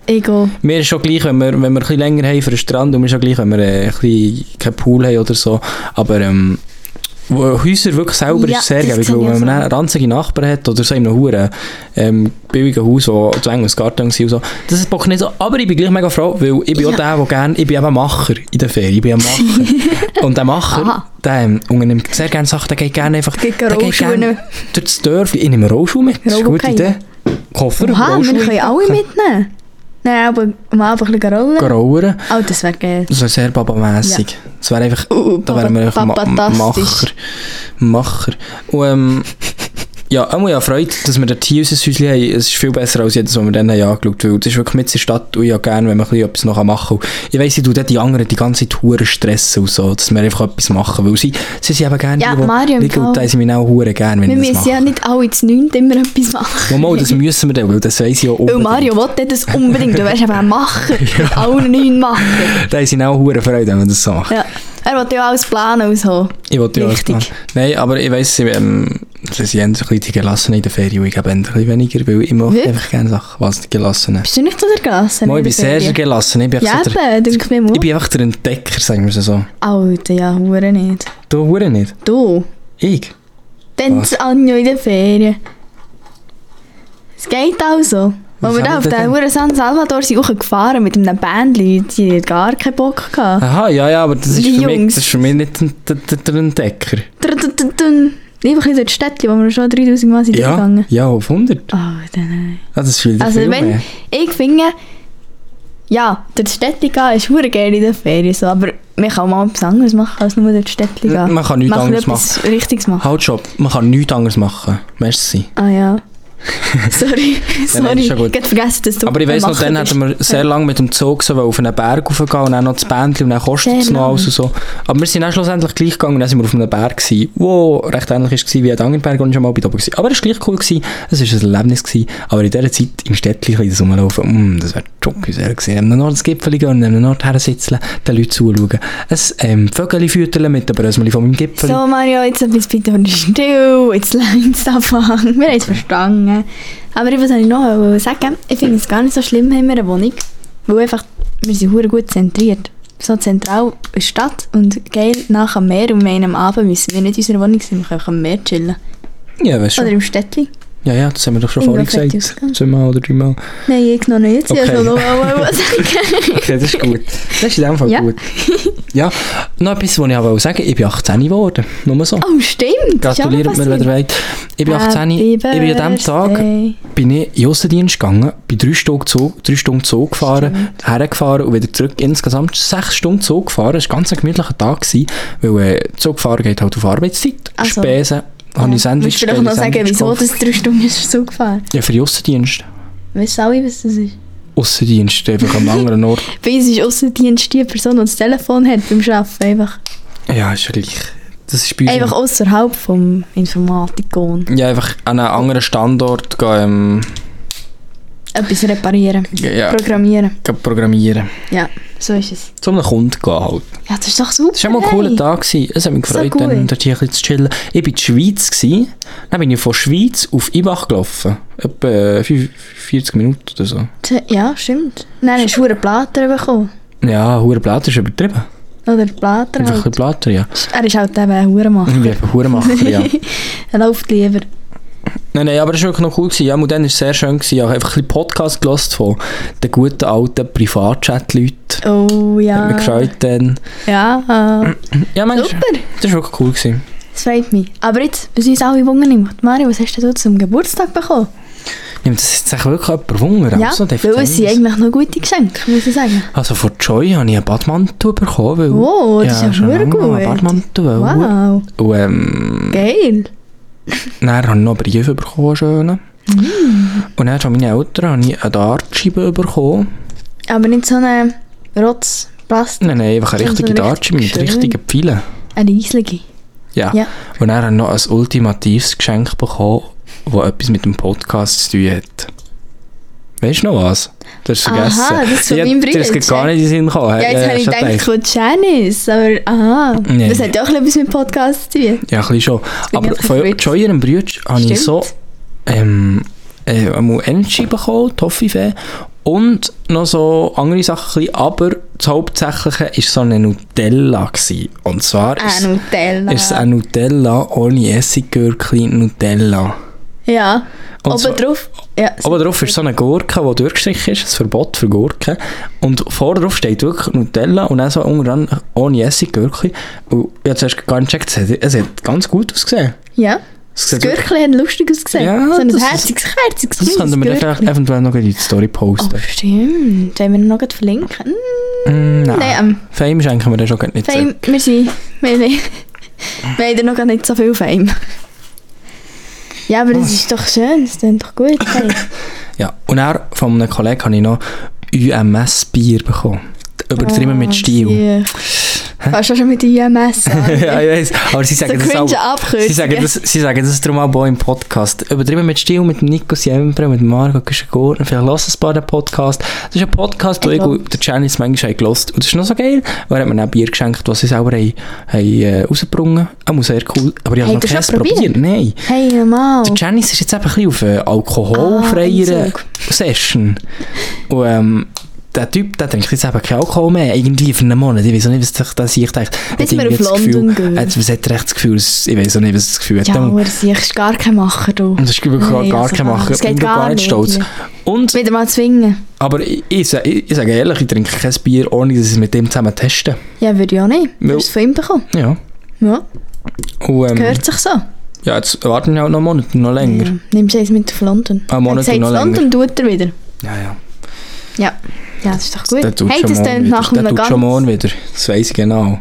Ego. Mir ist schon gleich, wenn wir, wenn wir ein bisschen länger haben für den Strand, und mir ist schon gleich, wenn wir äh, ein bisschen keinen Pool haben oder so. Aber ähm, wo Häuser wirklich selber Ja, ist sehr das geil. Ich sehe glaube, ich wenn man auch so. einen ranzigen Nachbarn hat oder so in einem Huren ähm, billigen Haus, wo zu eng ins Garten war und so, das ist Bock nicht so. Aber ich bin gleich mega froh, weil ich bin Ja. auch der, der gerne, ich bin eben Macher in der Ferien, ich bin ein Macher. Und der Macher, Aha. der ähm, unternimmt sehr gerne Sachen, der geht gerne einfach, Geht der geht Rollschuhe gerne durch das Dörfli. Ich nehme einen Rollschuh mit, das ist eine gute Rollschuh. Idee. Koffer, Oha, wir Rollschuh können alle einpacken, mitnehmen. Nein, aber mal einfach ein bisschen rollen. rollern. Oh, das wäre geil. Das wäre sehr babamässig. Das wäre einfach, Uh, da wären wir einfach Ma papatastisch. Macher. Macher. Und ähm, ja, ich habe ja Freude, dass wir dort hier unser Häuschen haben. Es ist viel besser als jedes, was wir dann haben angeschaut haben. Weil das ist wirklich mit in der Stadt und ich habe gerne, wenn man ein bisschen etwas noch machen kann. Ich weiss, ich tue dort die anderen die ganze Zeit verdammt stressen und so, dass wir einfach etwas machen. Weil sie, sie sind eben gerne Ja, die, die Mario im liegen, und Fall. da sind wir auch verdammt gerne, wenn Wir wir das müssen ja machen. nicht alle zu neun immer etwas machen. Mal, mal, das müssen wir dann, weil das weiss ich auch Weil unbedingt. Mario will das unbedingt. Du wärst eben ein Macher. Mit allen neun Macher. Da sind auch verdammt Freude, wenn wir das so machen. Ja. Er will ja alles planen und so. Ich wollte ja Richtig. alles machen. Nein, aber ich weiss, ähm, sie sind ein bisschen die Gelassenen in der Ferien und ich glaube ein bisschen weniger, weil ich mache Wirklich? einfach gerne Sachen, was die Gelassenen. Bist du nicht so der Gelassene? Mal, ich in bin der sehr, sehr Ferien? gelassen. Ich bin, Ja, einfach so der, eben, denk mir mal. ich bin einfach der Entdecker, sagen wir es so. Alter, ja, hure nicht. Du, hure nicht. Du, Ich? dann Was? das Anjo in der Ferien. Es geht also. Was Als wir haben da auf wir den denn? Hure San Salvador sind hochgefahren mit einem Bändchen, die hatten gar keinen Bock gehabt. Aha, ja, ja, aber das ist, Die für mich, Jungs. das ist für mich nicht der, der, der Entdecker. Dun, dun, dun, dun. Lieber ein bisschen durch die Städte, wo wir schon dreitausend Mal sind Ja, gegangen. ja, auf hundert. Alter, nein. Ah, das fühlt Also viel wenn, mehr. ich finde, ja, durch die Städte gehen ist hure geil in der Ferien, so, aber man kann auch mal etwas anderes machen, als nur durch die Städte gehen. Man kann nichts Machen anderes etwas Richtiges machen. Halt schon, man kann nichts anderes machen. Merci. Ah ja. Sorry, nein, sorry. ist ja gut. Ich habe vergessen, dass du Aber ich weiss noch, Macher dann bist. hatten wir sehr lange mit dem Zug so auf einen Berg raufgehen und dann noch das Bändchen und dann kostet es Sehr noch lang. alles und so. Aber wir sind dann schlussendlich gleich gegangen und dann sind wir auf einem Berg gewesen, wo recht ähnlich war wie ein Angenberg, und ich schon mal bei oben gewesen. Aber es war gleich cool gewesen, es war ein Erlebnis gewesen. Aber in dieser Zeit im Städtchen das rumlaufen, mm, das wäre schon geil gewesen. An einem Ort das Gipfel gehen, an einem Ort hersitzen, den Leuten zuschauen. Ein ähm, Vögel füttern mit dem Brösmeli von meinem Gipfel. So Mario, jetzt ein bisschen bitte und still, jetzt längt es anfangen. Wir haben es verstanden. Aber was wollte ich noch sagen? Ich finde es gar nicht so schlimm, haben wir eine Wohnung. Weil einfach, wir sind hure gut zentriert. So zentral in der Stadt und geil nach am Meer. Und wir haben am Abend müssen wir nicht in unserer Wohnung sein, wir können auch am Meer chillen. Ja, weißt Oder du. im Städtli. Ja, ja, das haben wir doch schon Irgendwo vorhin fertig gesagt. ausgegangen. Zweimal oder dreimal. Nein, ich noch nicht. Ich Okay. wollte noch mal was sagen. Okay, das ist gut. Das ist in dem Fall Ja. gut. Ja, noch etwas, was ich auch sagen wollte. Ich bin achtzehn geworden. Nur so. Oh, stimmt. Gratuliert mir, wenn ihr wollt. Ich bin achtzehn. Ich bin an diesem Tag bin ich in den Aussendienst gegangen, bin drei Stunden Zug, drei Stunden Zug gefahren, hergefahren und wieder zurück. Insgesamt sechs Stunden Zug gefahren. Es war ein ganz gemütlicher Tag, gewesen, weil äh, Zugfahren geht halt auf Arbeitszeit. Also, Spesen, habe ich Sandwich, Willst du doch noch sagen, wieso das drei Stunden ist Zug gefahren? Ja, für den Aussendienst. Weißt du alle, was das ist? Aussendienst, einfach am anderen Ort. Bei uns ist Aussendienst die Person, die das Telefon hat beim Arbeiten. Einfach, Ja, ist ja gleich. Das ist bei uns einfach außerhalb vom Informatikon. ja, einfach an einem anderen Standort gehen, ähm, Etwas reparieren. ja, ja, Programmieren. gehen programmieren. Ja, so ist es. Zu einem Kunden gehen halt. Ja, das ist doch super. Das war schon mal ein cooler hey. Tag. Gewesen. Es hat mich So gefreut, gut. dann dort hier ein bisschen zu chillen. Ich war in der Schweiz. Gewesen. Dann bin ich von Schweiz auf Ibach gelaufen. Etwa vierzig Minuten oder so. Tja, ja, stimmt. Dann hast du einen Plater bekommen. Ja, hure Blatter ist übertrieben. Oder Plater Einfach ein halt. Blatter, ja. Er ist halt eben ein Hurenmacher. Ich bin ein Hurenmacher, ja. Er läuft lieber. Nein, nein, aber das war wirklich noch cool. Gewesen. Ja, und dann war es sehr schön. Gewesen. Ich habe einfach ein bisschen Podcast gehört von den guten alten Privatchat-Leuten. Oh ja. Hat mich gefreut dann. Ja, äh, Ja, Mensch, super. das war wirklich cool. Gewesen. Das freut mich. Aber jetzt, was uns alle Wunder nimmt. Mario, was hast du zum Geburtstag bekommen? Nimmt das jetzt echt wirklich jemand Wunder? Ja, Also, weil es sind eigentlich noch gute Geschenke, muss ich sagen. Also von Joy habe ich einen Badmantel bekommen. Weil, Oh, das ist ja schon verdammt lange noch gut. einen Badmantel. Wow, Und ähm, geil. dann habe ich noch einen Brief bekommen, einen schönen. Mm. Und dann von meinen Eltern habe ich eine Dartscheibe bekommen. Aber nicht so eine Rotzplastik, Nein, nein, einfach eine So richtige richtig Dartscheibe mit schön. richtigen Pfeilen. eine Rieslige. Ja. Ja. Und dann habe ich noch ein ultimatives Geschenk bekommen, das etwas mit dem Podcast zu tun hat. Weißt du noch was? Du hast es vergessen. Aha, das ist von Ja, meinem dir ist Bruder. gar nicht in den Sinn gekommen. Ja, jetzt habe ich schon gedacht, von Janice, aber aha, Nee. das hat ja auch etwas mit Podcast zu tun. Ja, ein bisschen schon. bin Aber ich von verwirrt. Joy, ihrem Bruder, habe ich Stimmt. so ähm, äh, einmal Energy bekommen, Toffifee. Und noch so andere Sachen, aber das Hauptsächliche war so eine Nutella gewesen. Und zwar ist Ein Nutella. ist es ein Nutella ohne Essiggürkchen Nutella. Ja. Und Oben zwar- drauf. Ja. Oben drauf ist so eine Gurke, die durchgestrichen ist, ein Verbot für Gurken. Und vorne drauf steht wirklich Nutella und dann so unten dran ohne Essiggürkchen. Und ich habe zuerst gar nicht gecheckt, es hat, es hat ganz gut ausgesehen. Ja. Es Das sieht wirklich- Gürkchen hat lustig ausgesehen. Ja, so ein das ist- herziges, herziges, Das könnten wir kleines dann Gürkchen. eventuell noch in die Story posten. Oh, stimmt. Wollen wir noch gleich verlinken? Mm, Mm, nein, Nein, ähm, Fame schenken wir dann schon gar nicht Fame, wir sind... Wir, wir, wir haben ja noch gar nicht so viel Fame. Ja, aber das ist doch schön. Das klingt doch gut. Hey. Ja, und dann von einem Kollegen habe ich noch U M S-Bier bekommen. Übertrieben Oh, mit Stil. Kannst du schon mit I M S sagen? Ja, ich weiss. Aber sie sagen, So das auch, cringe Abkürzungen. sie, sagen das, sie sagen das darum auch im Podcast. Übertrieben mit Stil, mit dem Nico Siempre, mit dem Marco Güschen-Gurtner. Vielleicht hören ein paar den Podcast. Das ist ein Podcast, den Ich ich und der Janice manchmal haben gehört. Und das ist noch so geil, weil er hat mir auch Bier geschenkt, was sie selber haben, haben, äh, rausgebracht haben. Auch sehr cool. Aber ich habe Habt noch ihr keins schon probiert? probiert. Nein. Hey, normal. Der Janice ist jetzt eben ein bisschen auf eine alkoholfreiere Ah, Entzug. Session. Und ähm, der Typ, der trinkt jetzt eben keinen Alkohol mehr. Irgendwie für einen Monat. Ich weiß auch nicht, was sich das ich dachte. Bis Hat wir irgendwie auf das London Gefühl, gehen. hat, was hat er echt das Gefühl? dass- Ich weiß auch nicht, was das Gefühl hat. Ja, Dann- aber sie ist gar kein Macher, du. Und das ist wirklich Nein, gar also kein Machen. das geht Ich bin gar gar nicht nicht. stolz. Und, Wieder mal zwingen. aber ich, ich, sa- ich, ich sage ehrlich, ich trinke kein Bier, ohne dass ich es mit dem zusammen teste. Ja, würde ich auch nicht. Du Weil- hast es von ihm bekommen. Ja. Ja, Und, ähm, gehört sich so. ja, jetzt warten wir auch noch einen Monat, noch länger. Ja. Nimmst du eins mit auf London? Einen Monat Er hat noch gesagt, länger. London tut er wieder. Ja, ja. Ja. Ja, das ist doch gut. Der tut Hey, schon das morgen klingt wieder. nach Der einem tut ganz... schon morgen wieder. Das weiss ich genau.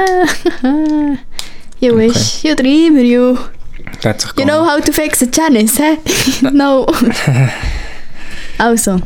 You wish, you dream, you... Der hat sich You know how to fix a Janice, hä? No. Also,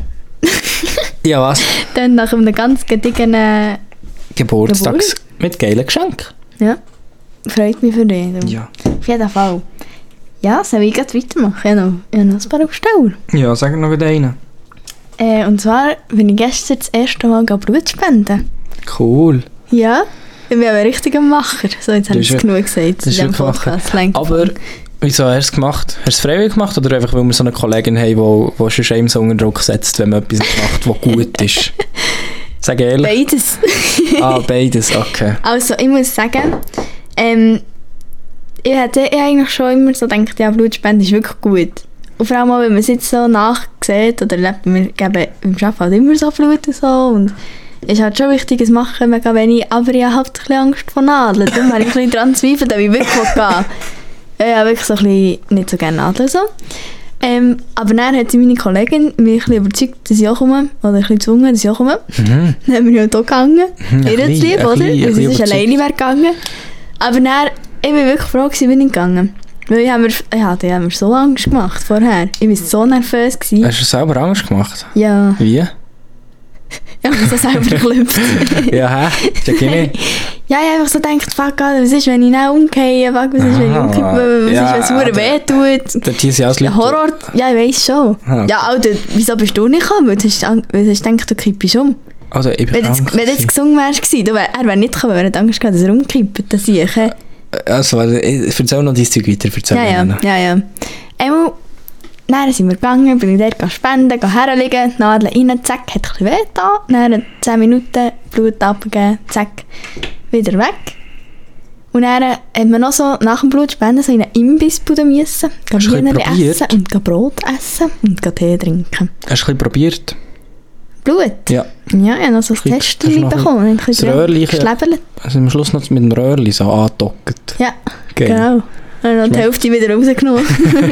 Ja, was? dann nach einem ganz gediegenen... äh, Geburtstags mit geilen Geschenken. Ja, freut mich für dich. du. Ja. Auf jeden Fall. Ja, soll ich gleich weitermachen? Ich habe noch, ich habe noch ein paar Aufsteller. Ja, sag noch wieder einen. Äh, und zwar bin ich gestern das erste Mal Blut spenden. Cool. Ja, ich bin aber ein richtiger Macher. So, jetzt habe Das ich ist es genug gesagt. Das ist in diesem wirklich Podcast. Macher. Lenkt Aber davon. wieso hast du es gemacht? Hast du es freiwillig gemacht oder einfach, weil wir so eine Kollegin haben, die, die schon einem so unter Druck setzt, wenn man etwas macht, was gut ist? Sag ehrlich. Beides. Ah, beides, okay. Also, ich muss sagen, ähm, ich hätte ich eigentlich schon immer so gedacht, ja, Blutspende ist wirklich gut. Und vor allem auch, wenn man es jetzt so nachsieht, oder erlebt, wir geben beim Arbeiten halt immer so Blut und so. Und es ist halt schon wichtig, es machen mega wenig, aber ich habe halt ein bisschen Angst vor Nadeln. Darum habe ich ein bisschen daran zweifelt, ob ich wirklich gehen. Ich habe wirklich so ein bisschen nicht so gerne Nadeln. So. Ähm, aber dann hat sie meine Kollegin mich ein bisschen überzeugt, dass ich auch komme, oder ein bisschen gezwungen, dass ich auch komme. Mhm. Dann haben wir ja hier gegangen. Mhm, Ihr ein zu bisschen, lieb, ein oder? bisschen, ein Weil sie bisschen ist alleine wäre gegangen. Aber dann, ich war wirklich froh, gewesen, bin ich gegangen. Weil ich habe mir, ja, die haben mir so Angst gemacht vorher. Ich war so nervös. Gewesen. Hast du selber Angst gemacht? Ja, Wie? ich habe mich so selber geklüpft. Ja, hä? Check ich nicht. Ja, ich habe einfach so gedacht, fuck, Alter, was ist, wenn ich nicht umgehe? Fuck, was ist, wenn ich Aha, umgehe? Was ja, ist, wenn es verdammt aber- weh tut? Dort hier sind alles Leute. Horror, ja, ich weiss schon. Ah. Ja, Alter, wieso bist du nicht gekommen? Weil du hast, an- weil du hast gedacht, du kippst um. Also, ich bin Wenn du jetzt, krank wenn du jetzt gewesen. gesungen wärst, gewesen, du wär, er wäre nicht gekommen, weil er Angst gehabt, dass er umkippt. Das sehe ich. Also, warte, ich erzähl noch dein Zeug weiter. Erzähl Ja, ja, mir noch. ja, ja. Einmal, dann sind wir gegangen, bin ich dort gegangen spenden, gegangen herlegen, die Nadel rein, zack, hat ein bisschen weh da. Dann zehn Minuten Blut abgegeben, zack, wieder weg. Und dann hat man noch so nach dem Blutspenden so in einen Imbiss müssen, gehen Hast du ein bisschen Wiener probiert? essen und gehen Brot essen und gehen Tee trinken. Hast du ein bisschen probiert? Blut? Ja. Ja, ich habe noch so ein Hast du Testchen noch ein- bekommen. Ein das bisschen Röhrchen- geschlebbert. Also am Schluss noch mit dem Röhrchen so angedockt. Ja, Geil. genau. Und dann die Hälfte wieder rausgenommen.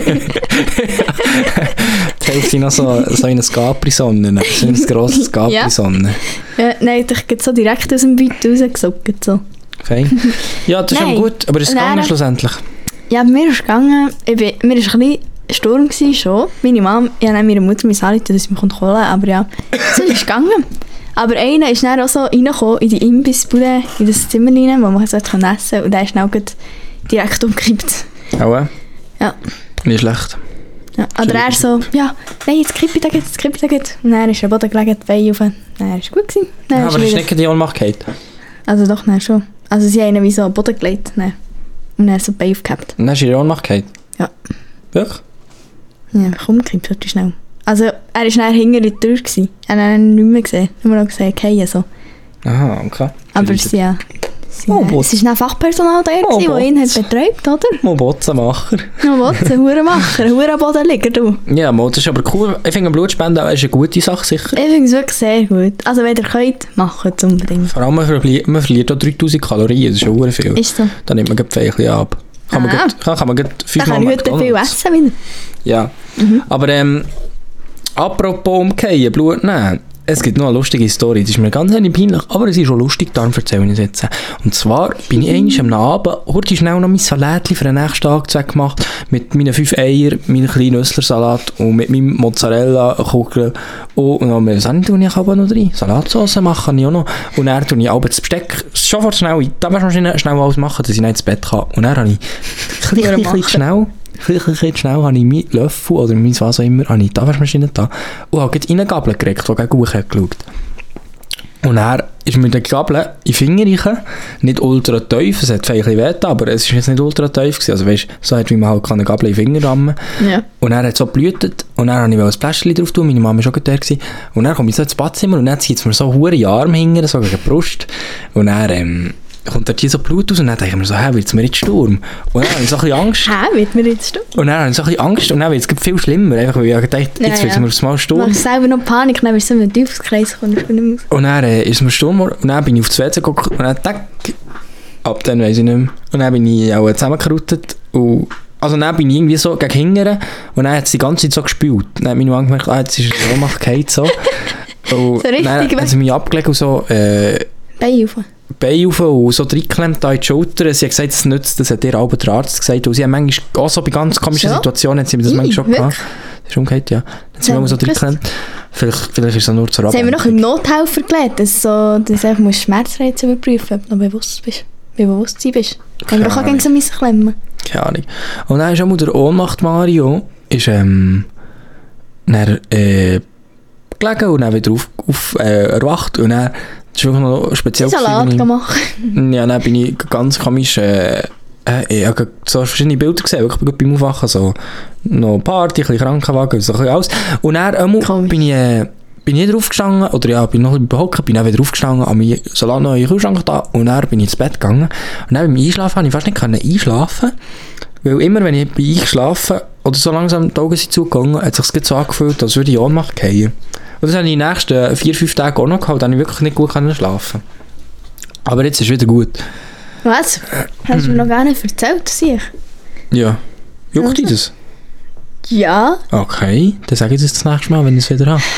Die Hälfte noch so, so in eine Capri-Sonne. So ein grosses Capri-Sonne. Ja, nein, ich habe so direkt aus dem Beutel rausgesockt. So. Fein. Ja, das ist Nein. auch gut, aber es ist Nein. gegangen schlussendlich. Ja, mir ist gegangen, ich bin, mir war ein bisschen Sturm gewesen, schon. Meine Mom, ich habe meiner Mutter angerufen, dass sie mich holen konnte, aber ja, so ist es gegangen. Aber einer ist dann auch so reingekommen in die Imbissbude, in das Zimmer rein, wo man so essen konnte, und der ist dann auch gleich direkt umgekippt. Auch, äh? Ja. Nicht schlecht. Ja. Oder er so, ja, nein, jetzt kippe ich da jetzt, jetzt kippe ich da jetzt. Und dann ist er am Boden gelegen, die Beine rauf. Dann war es gut gewesen. Dann Ja, ist aber er hast du wieder- nicht die Ohnmacht gehabt? Also doch, nein, schon. Also sie haben ihn wie so am Boden gelegt. Dann. Und dann so die Beine aufgehabt. Und dann hast du die Ohnmacht gehabt? Ja. Wirklich? Ja, komm, kipp, so schnell. Also er war dann hinter der Tür. Gewesen. Er hat ihn nicht mehr gesehen. Wir haben noch gesagt, hey, so. Aha, okay. Aber sie, ja... Sie, oh, äh, es war ein Fachpersonal da, oh, der ihn hat betreut, oder? Mal Botzenmacher. Ja, Botzen, Hurenmacher, Hurenbodenliger, du. Ja, mal, das ist aber cool. Ich finde, Blutspende ist eine gute Sache, sicher. Ich finde es wirklich sehr gut. Also wenn ihr könnt, macht es unbedingt. Vor allem, man verliert, man verliert auch dreitausend Kalorien, das ist schon sehr viel. Ist so. Dann nimmt man gleich ein bisschen ab. Kann man Ah. grad, kann, kann man grad Da fünfmal kann ich heute viel essen wieder. Ja. Mhm. Aber ähm, apropos umgehen, Blut nehmen. Es gibt noch eine lustige Story, das ist mir ganz nicht peinlich, aber es ist schon lustig, darum erzähle ich es jetzt. Und zwar bin ich einmal am Abend, heute schnell noch mein Salätchen für den nächsten Tag gemacht, mit meinen fünf Eier, meinem kleinen Nüsslersalat und mit meinem Mozzarella-Kugel und noch mehr Sand tue ich aber noch rein. Salatsauce mache kann ich auch noch. Und dann tue ich aber das Besteck sofort schnell in die Waschmaschine schnell alles machen, dass ich nicht ins Bett kann. Und dann habe ich ein bisschen schnell... Vielleicht ein bisschen schnell habe ich meinen Löffel oder mein was auch immer, habe ich in die Waschmaschine da und habe gleich eine Gabel gekriegt, die gegen hoch hat geschaut. Und er ist mit der Gabel in die Finger rein, nicht ultra tief, es hat vielleicht ein bisschen weh, aber es war jetzt nicht ultra tief gewesen. Also weißt, so hat wie man halt eine Gabel in den Finger rammen. Ja. Und er hat so geblutet und dann habe ich ein Fläschchen drauf tun, meine Mama war schon da gewesen. Und dann komme ich so ins Badzimmer und dann zieht es mir so hure Arm hinten, so gegen die Brust. Und dann ähm, kommt dort hier so Blut raus und dann denke ich mir so, hä, wird es mir jetzt Sturm? Und dann habe ich so ein bisschen Angst. Hä, wird mir jetzt Sturm? Und dann habe ich so ein bisschen Angst und dann wird es viel schlimmer, einfach weil ich gedacht, jetzt Ja, wird es ja. mir aufs Mal Sturm. Du machst selber noch Panik, dann bist du so in einen Teufelskreis gekommen. Ich bin nicht mehr Und dann äh, ist es mir Sturm und dann bin ich auf das W C geguckt und dann tack, ab dann weiss ich nicht mehr. Und dann bin ich auch zusammengeruttet und also dann bin ich irgendwie so gegen hingern und dann hat es die ganze Zeit so gespült. Dann hat meine Mama gemerkt, ah, jetzt ist es so, macht geht so. Und So richtig dann weg. hat sie mich abgelegt und so äh, Bein rauf. Bein rauf und so reingeklemmt da in die Schulter. Sie hat gesagt, das nützt, das hat ihr aber der Arzt gesagt. Und sie haben manchmal, auch so bei ganz komischen So? Situationen, hat sie mir das Ih, manchmal schon wirklich? gehabt. Das ist umgekehrt, ja. Dann hat sie Ja, mir so gewusst. reingeklemmt. Vielleicht, vielleicht ist es nur zur Das haben wir noch Ablenkung. im Nothelfer gelernt, dass, so, dass du einfach Schmerzreize überprüfen musst, ob du noch bewusst bist. Wie Bewusstsein bist. Haben wir doch auch Keine gegen so müssen klemmen. Keine Ahnung. Und dann ist auch mal der Ohnmacht Mario, ist ähm, dann, äh, gelegen und dann wieder auf, auf, äh, erwacht. Und dann, das war wirklich noch speziell. Salat gewesen, gemacht. wenn ich- Ja, dann bin ich ganz komisch, äh, äh, ich habe so verschiedene Bilder gesehen, wirklich beim Aufwachen, so noch Party, ein bisschen Krankenwagen, so ein bisschen alles. Und dann einmal Komisch. bin ich, äh, bin ich wieder aufgestanden, oder ja, bin noch behocken, bin dann wieder aufgestanden, habe meinen Salat noch in den Kühlschrank da und dann bin ich ins Bett gegangen. Und dann beim Einschlafen habe ich fast nicht können einschlafen, weil immer, wenn ich bin eingeschlafen oder so langsam die Augen sind zugegangen, hat es sich so angefühlt, als würde ich Ohnmacht fallen. Und das habe ich die nächsten vier, fünf Tage auch noch gehabt, da habe ich wirklich nicht gut können schlafen. Aber jetzt ist es wieder gut. Was? Hast du mir noch gar nicht erzählt, sicher? Ja. Juckt dich das? Ja. Okay, dann sage ich das das nächste Mal, wenn ich es wieder habe.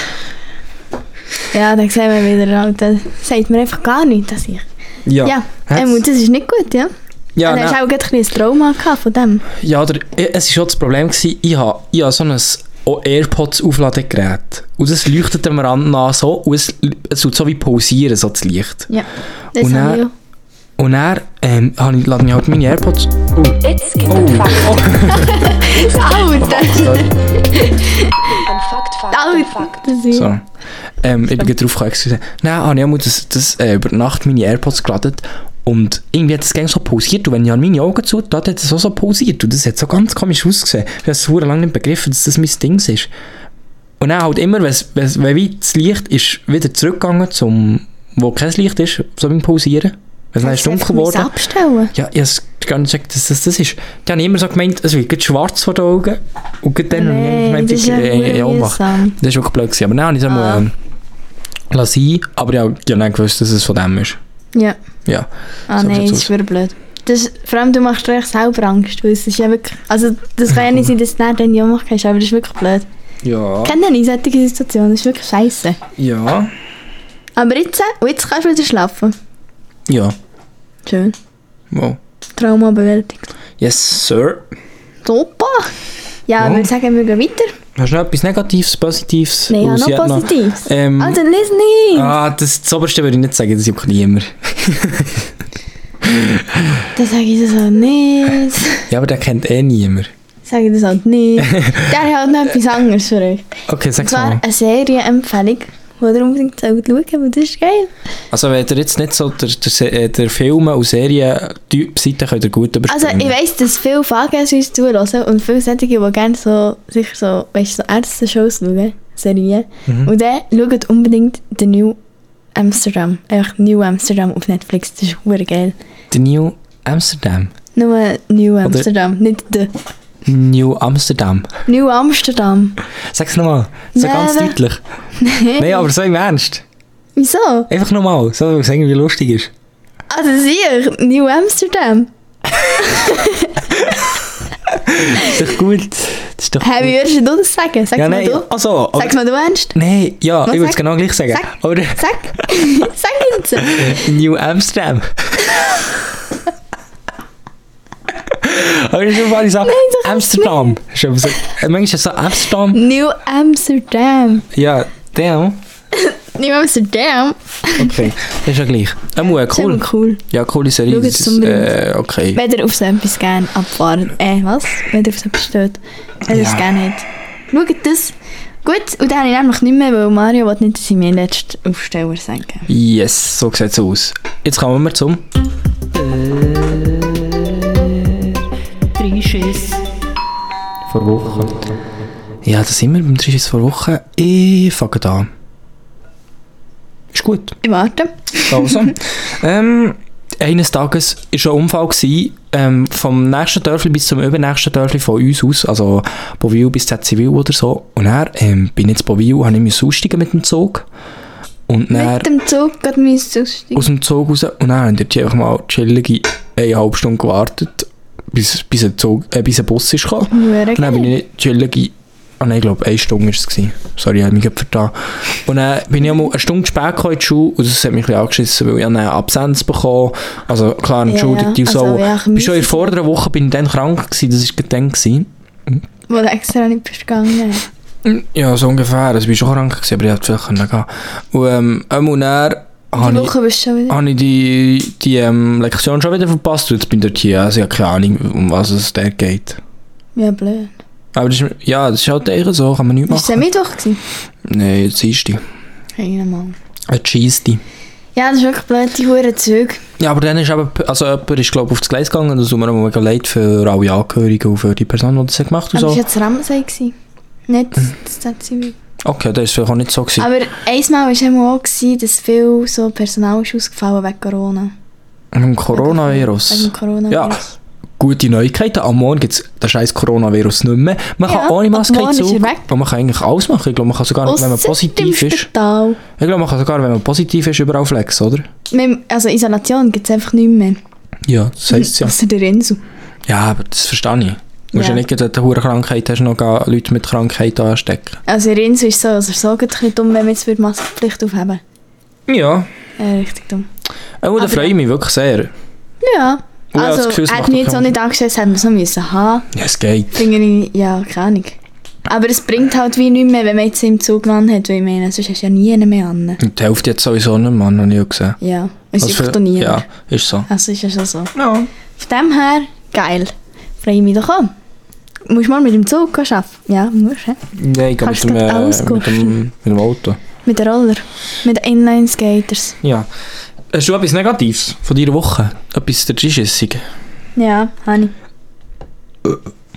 Ja, dann sehen wir wieder, dann sagt mir einfach gar nichts, dass ich... Ja. Ja, Hat's- ähm, und das ist nicht gut, ja? Ja, Und dann hast nein. du auch gerade ein bisschen ein Trauma gehabt von dem. Ja, oder, es war schon das Problem, gewesen, ich habe ich habe so ein AirPods-Aufladegerät. Und das leuchtet am Rand an so, und es, es tut so wie pausieren, so das Licht. Ja, das Und habe dann- ich auch. Und dann ähm, habe ich, lade ich halt meine AirPods... Oh, Jetzt gibt oh, ein Fakt. oh. Alter! Ein Fakt, Fakt, ein Alter! Fakt. Das ist... So. Ähm, ich bin gerade drauf gekommen, excuse. Nein, habe ich auch mal das, das, äh, über Nacht meine AirPods geladen und irgendwie hat das Gang so pausiert und wenn ich an meine Augen zutat, hat es auch so pausiert und das hat so ganz komisch ausgesehen. Ich habe es verdammt lange nicht begriffen, dass das mein Ding ist. Und dann halt immer, wenn, es- wenn, es- wenn wie das Licht ist wieder zurückgegangen zum, wo kein Licht ist, so beim Pausieren. Wenn es dann ist dunkel geworden. geworden. abstellen. Ja, ich habe gar nicht gecheckt, dass das das ist. Dann habe ich immer so gemeint, es wird gerade schwarz vor den Augen und gerade dann Nee, habe ich gemeint, das ist ich, ja äh, ja, Ohnmacht. mühsam. Das war wirklich blöd gewesen. Aber dann habe ich es Ah. einmal ähm, lassen, aber ich habe ja nicht gewusst, dass es von dem ist. Ja. Ja. Ah So nein, sieht's das ist wirklich blöd. Das ist, vor allem, du machst dir echt selber Angst, weil es ist ja wirklich... Also, das kann ja nicht sein, dass du nicht dann ja machen kannst, aber das ist wirklich blöd. Ja. Ich kenne nicht solche Situationen, das ist wirklich scheiße. Ja. Aber jetzt, äh, und jetzt kannst du wieder schlafen. Ja. Schön. Wow. Trauma bewältigt. Yes, sir. Super! Ja, Ja. ich würde sagen, wir gehen weiter. Hast du noch etwas Negatives, Positives? Nein, ja, Weil noch sie hat Positives. ähm, Also, lies nicht! Ah, das, das Oberste würde ich nicht sagen, das juckt niemand. Dann sage ich das halt nicht. Ja, aber der kennt eh niemand. Sage ich das halt nicht. Der hat halt noch etwas anderes für euch. Okay, Und sag's zwar mal. eine Serienempfehlung, die den ihr unbedingt schauen sollt, weil das ist geil. Also wenn ihr jetzt nicht so der, der, der Filme und Serien-Seite könnt ihr gut überspringen. Also ich weiss, dass viele Fahrgäste uns zuhören und viele solche, die gerne so, sicher so, weißt, so Ärzte-Shows schauen, Serien. Mhm. Und dann schaut unbedingt den New Amsterdam. Einfach New Amsterdam auf Netflix, das ist verdammt geil. The New Amsterdam? Nur New Amsterdam, Oder nicht The... New Amsterdam. New Amsterdam. Sag's nochmal, so ganz deutlich. Nein. Nein, aber so im Ernst. Wieso? Einfach nochmal, so dass es irgendwie lustig ist. Ah, das ist ich, New Amsterdam. Das ist doch gut. Das ist doch hey, wie würdest du das sagen? Sag's ja, mal nein, du. Also, Sag's mal du ernst. Nein, ja, Was ich würde es sag? genau gleich sagen. Sag, aber sag, sag jetzt. New Amsterdam. Aber ich habe gesagt, Amsterdam. So, manchmal ist es so Amsterdam. New Amsterdam. Ja, der. New Amsterdam. Okay, das ist ja gleich. Ähm, cool. Das ist cool. Ja, coole Serie. Das ist, äh, okay. Wenn ihr auf so etwas gerne abfahren, äh, was? Wenn ihr auf so etwas steht, wenn ihr es ja. gerne habt. Schaut das. Gut, und dann habe ich nämlich nicht mehr, weil Mario will nicht, dass ich meinen letzten Aufsteller sage. Yes, so sieht es aus. Jetzt kommen wir zum... Dreischiss vor Woche. Ja, da sind wir beim Dreischiss vor Woche. Ich fange an. Ist gut. Ich warte. Also, ähm, eines Tages war schon ein Unfall gewesen, ähm, vom nächsten Dörfli bis zum übernächsten Dörfli von uns aus, also Bovil bis Zetzivil oder so. Und dann ähm, bin ich in Bovil, habe ich aussteigen mit dem Zug. Und dann, mit dem Zug geht mir aussteigen? Aus dem Zug raus. Und dann haben die einfach mal chillige eine halbe Stunde gewartet, bis, bis, ein, Zug, äh, bis ein Bus ist gekommen. Und dann bin ich chillige... Ah nein, ich glaube, eine Stunde war es. Sorry, ich habe mich gerade vertan. Und dann bin ich einmal eine Stunde spät gekommen in die Schule und das hat mich ein bisschen angeschissen, weil ich eine Absenz bekommen. Also klar, entschuldigt ja, ja. Also, so. Ja, schon in der vorderen Woche bin ich dann krank gewesen, das war dann gewesen. Hm? Wo du extra nicht bist gegangen. Ja, so ungefähr. Also ich war schon krank gewesen, aber ich hätte vielleicht gehen können. Und ähm, und dann die Woche bist du schon wieder? Habe ich die, die ähm, Lektion schon wieder verpasst und jetzt bin ich dort hier. Also ich habe keine Ahnung, um was es da geht. Ja, blöd. Aber das ist, ja, das ist halt eher so, kann man nicht machen. Ist es Mittwoch gewesen? Nein, jetzt ist die. Hey, mal. Ein Cheese. Ja, das ist wirklich blöd, die Huren Züge. Ja, aber dann ist aber, also jemand ist glaube ich auf das Gleis gegangen und das tut mir auch mega leid für alle Angehörigen und für die Person, die das gemacht hat. Aber so. das war jetzt Ramsey, nicht das Z C W. Okay, das war vielleicht auch nicht so gewesen. Aber einmal war es auch, gewesen, dass viel so Personal ist ausgefallen wegen Corona. Wegen Coronavirus? Wegen Coronavirus. Ja. Gute Neuigkeiten. Am Morgen gibt es den scheiß Coronavirus nicht mehr. Man ja, kann ohne Maske in Zug. Und man kann eigentlich alles machen. Ich glaube, man kann sogar, Ausser wenn man positiv ist. Spital. Ich glaube, man kann sogar, wenn man positiv ist, überall flexen, oder? Also Isolation gibt es einfach nicht mehr. Ja, das heisst ja. Außer der Insel. Ja, aber das verstehe ich. Du musst ja, ja nicht, wenn du eine hohe Krankheit hast, noch Leute mit Krankheit anstecken. Also in der Insel ist es so, also so ein bisschen dumm, wenn wir jetzt Maskenpflicht aufheben. Ja. Ja, richtig dumm. Oh, da freue ich mich wirklich sehr. Ja. Also, Gefühl, er hat mich jetzt auch nicht angestellt, hätten wir so müssen haben. Ja, es geht. Finde ich, ja, keine Ahnung. Aber es bringt halt wie nichts mehr, wenn man jetzt im Zug an hat, weil ich meine, sonst hast du ja nie mehr an. Und die Hälfte jetzt sowieso nicht, Mann, habe ich auch gesehen. Ja, es ist also doch nie. Ja, ist so. Also ist ja schon so. Ja. Von dem her, geil. Freue ich mich doch auch. Musst du mal mit dem Zug arbeiten? Ja, musst du. Nein, ich gehe mit, dem, äh, mit, dem, mit dem Auto. Mit dem Roller? Mit den Inline-Skaters? Ja. Hast du etwas Negatives von deiner Woche? Etwas der Dreischissig? Ja, habe ich.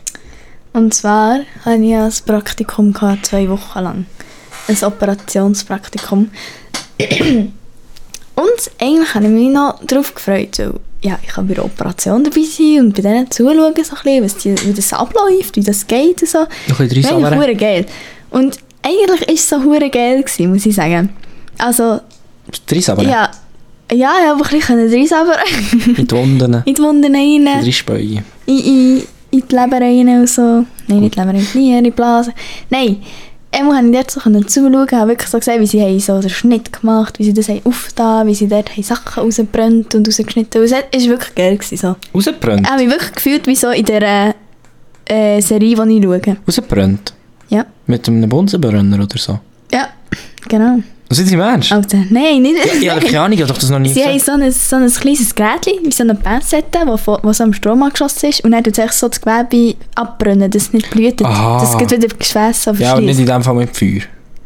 Und zwar hatte ich ein Praktikum gehabt, zwei Wochen lang. Ein Operationspraktikum. Und eigentlich habe ich mich noch darauf gefreut, weil ja, ich kann bei der Operation dabei sein und bei denen zuschauen, so ein bisschen, was die, wie das abläuft, wie das geht und so. Noch ein bisschen Eigentlich geil. Und eigentlich war es so hure geil gewesen, muss ich sagen. Also... Dreisabbern? Ja, ja, ich habe ein bisschen dreisabbern. In die Wunden? In die Wunden rein. In die Dreispöie? In, in, in die Leber rein und so. Nein, Gut. Nicht die Leber rein, die in die Blase. Nein, einmal konnte ich dort so zuschauen, habe wirklich so gesehen, wie sie haben so den Schnitt gemacht, wie sie das haben aufgetan, wie sie dort haben Sachen rausgebrannt und rausgeschnitten. Und es war wirklich geil gewesen, so. Rausgebrannt? Ich habe mich wirklich gefühlt wie so in dieser äh, Serie, die ich schaue. Rausgebrannt? Ja. Mit einem Bunsenbrenner oder so? Ja, genau. Was ist das Mensch? Alter, nein, nicht. Ja, ich habe keine Ahnung, ich habe doch das noch nie Sie haben so ein, so ein kleines Gerät, wie so eine Pinzette, das so am Strom angeschlossen ist und dann tut es so das Gewebe abbrennen, dass es nicht blutet. Aha. Das geht wieder Gefäß so Ja, aber nicht in dem Fall mit Feuer.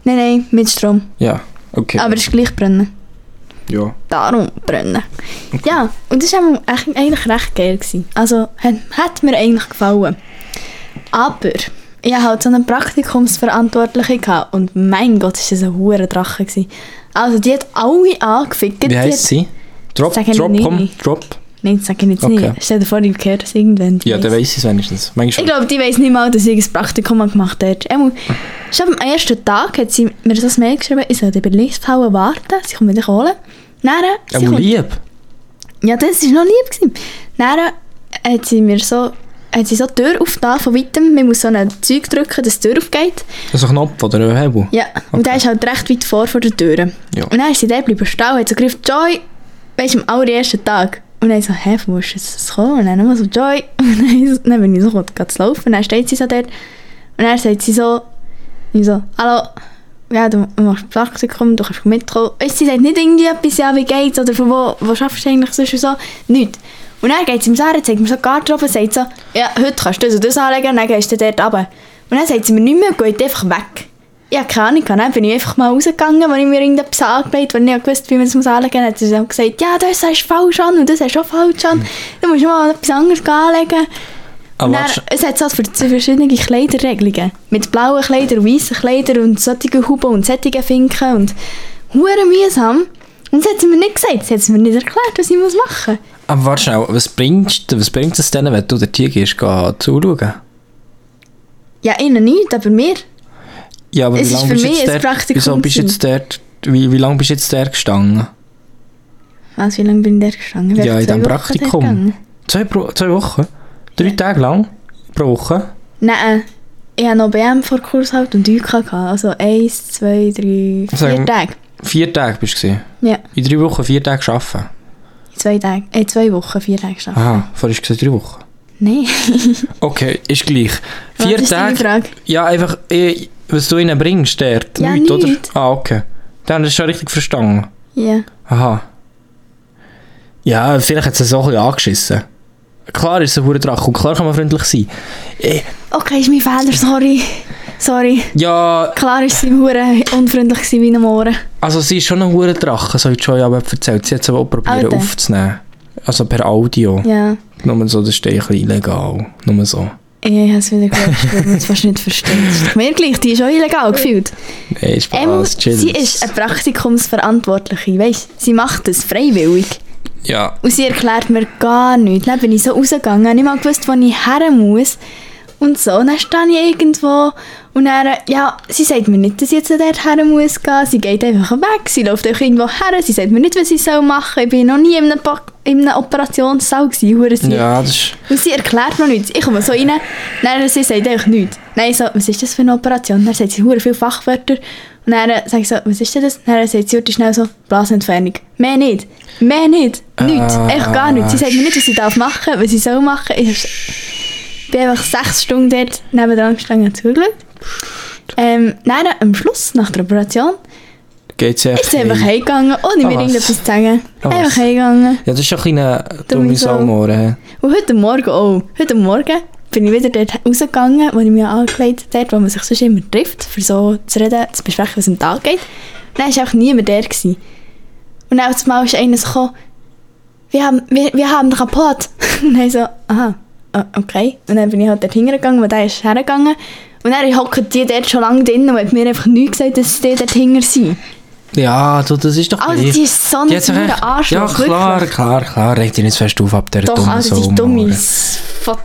Nein, nein, mit Strom. Ja, okay. Aber es ist gleich brennen. Ja. Darum brennen. Okay. Ja, und das war eigentlich recht geil gewesen. Also, hat, hat mir eigentlich gefallen. Aber ich hatte halt so eine Praktikumsverantwortliche gehabt, und mein Gott, ist das ein hoher Drache gewesen. Also, die hat alle angefickt. Wie heisst sie? Drop, Sag ich Drop, nicht. komm, Drop. Nein, das sage ich jetzt Okay. nicht. Stell dir vor, ich höre das irgendwann. Ja, dann weiss ich es wenigstens. Manchmal Ich glaube, die weiss nicht mal, dass ich ein Praktikum gemacht habe. Einmal, schon am ersten Tag hat sie mir so ein Mail geschrieben, ich soll bei der Lichtfalle warten, sie kommt mich holen. Dann, sie aber kommt- lieb. Ja, das war noch lieb gewesen. Dann hat sie mir so, hat sie so die Tür aufgetan von weitem. Man muss so ein Zeug drücken, dass die Tür aufgeht. Das ist ein Knopf oder ein Hebel? Ja, und der ist halt recht weit vor vor der Tür. Ja. Und dann ist sie dort bleiben stehen und hat so gerufen, Joy, weisst du, am allerersten Tag. Und dann so, hä, wo ist jetzt das gekommen? Und dann nochmal so, Joy. Und dann, dann bin ich so, geht zu laufen. Und dann steht sie so dort. Und dann sagt sie so, ich so, hallo, ja, du machst Praktikum, du kannst mitkommen. Weißt, sie sagt nicht irgendwie etwas, ja, wie geht's, oder von wo, wo schaffst du eigentlich sonst und so. Nichts. Und dann geht sie im Sarah, zeigt mir so die Garderobe und sagt so, ja, heute kannst du das und das anlegen, und dann gehst du dort runter. Und dann sagt sie mir nicht mehr und geht einfach weg. Ja, keine Ahnung, dann bin ich einfach mal rausgegangen, als ich mir irgendetwas angelegt habe, weil ich nicht wusste, wie man das anlegen muss. Dann hat sie dann gesagt, ja, das ist falsch an und das ist auch falsch an. Du musst mal etwas anderes anlegen. Aber Und dann, warte, es hat so für verschiedene Kleiderregelungen. Mit blauen Kleidern, weißen Kleidern und solchen Huben und solchen Finken und hure mühsam. Und das hat sie mir nicht gesagt, sie hat es mir nicht erklärt, was ich machen muss. aber warte schnell, was bringt, was bringt es denn, wenn du der Tier gehst, geh zuschauen? Ja, ihnen nicht, aber mir. Ja, aber Es wie ist lange für bist du mich jetzt ein dort? Praktikum Wieso bist du jetzt dort? Wie, wie lange bist du jetzt dort gestanden? Was, wie lange bin ich da gestanden? Ich bin Ja, in zwei diesem Wochen dort Praktikum. gegangen. Zwei, Pro, zwei Wochen? Drei Tage lang? Pro Woche? Nein, ich hatte noch B M vor Kurs halt und U K gehabt. Also eins, zwei, drei, Sag vier mal. Tage. Vier Tage bist du gewesen? Ja, In drei Wochen vier Tage arbeiten? zwei Tage. Äh, zwei Wochen, vier Tage geschafft. Aha, vorher hast du gesagt drei Wochen. Nein. Okay, ist gleich. Vier Was ist deine Tage. Frage? Ja, einfach, eh, was du ihnen bringst, dort. Ja, Nichts, oder? nichts. Ah, okay. Dann hast du schon richtig verstanden. Ja. Aha. Ja, vielleicht hat es so ein bisschen angeschissen. Klar ist es ein verdammter Drache und klar kann man freundlich sein. Eh, Okay, ist mein Fehler, sorry. Sorry. ja, Klar ist sie hure unfreundlich gewesen wie am Ohren. also sie ist schon ein verdammter Drache, so wie Joy aber erzählt. Sie hat es aber auch probiert Alter. aufzunehmen. Also per Audio. Ja. Nur so, das ist ein bisschen illegal. Nur so. Ich habe es wieder gelöscht, weil man es fast nicht versteht. Ist doch mir gleich, die ist auch illegal gefühlt. Ey, Spaß, Ähm, chill. sie ist eine Praktikumsverantwortliche, weißt, sie macht das freiwillig. Ja, Und sie erklärt mir gar nichts. Dann bin ich so rausgegangen, ich habe nicht mal gewusst, wo ich her muss. Und so, dann stehe ich irgendwo und dann, ja, sie sagt mir nicht, dass ich jetzt dort her muss gehen. Sie geht einfach weg, sie läuft einfach irgendwo her. Sie sagt mir nicht, was ich machen soll. Ich bin noch nie in einem, Pa- in einem Operationssaal gewesen, hure sie. ja, das ist... Und sie erklärt mir nichts. Ich komme so rein, dann sie sagt einfach nichts. Nein, so, was ist das für eine Operation? Dann sagt sie hure viele Fachwörter. Und dann sage ich so, was ist denn das? Dann sagt sie schnell so, Blasenentfernung. Mehr nicht. Mehr nicht. Nichts. Ah, Echt gar nichts. Sie sagt mir nicht, was ich darf machen, was ich soll machen. Ich bin einfach sechs Stunden dort nebendran gestanden und zugeschaut. Ähm, dann am Schluss, nach der Operation, Geht's ja ist sie einfach heimgegangen, ohne Ah, mir was? irgendetwas zu sagen. Ah, was? Einfach heimgegangen. Ja, das ist schon ein kleiner Dumme dumme Sau. Saumore. Und heute Morgen auch. Heute Morgen bin ich wieder dort rausgegangen, wo ich mich angelegt habe, dort, wo man sich sonst immer trifft, für so zu reden, zu besprechen, was am Tag geht. Und dann war einfach niemand der. Gewesen. Und dann auf einmal ist einer so gekommen, wir haben, wir, wir haben kaputt. Und dann so, aha, ah, okay. Und dann bin ich halt dort hingegangen, wo der ist hergegangen. Und dann hocken die dort schon lange drin und hat mir einfach nichts gesagt, dass die dort hinter sind. Ja, du, das ist doch... Also gleich. die ist so ein Die hat sich echt- verdammter Arschloch, Ja, klar, wirklich. klar, klar. Reg dich nicht zu fest auf ab der Doch, dummen also die ist Saumore. dumm. ist fat-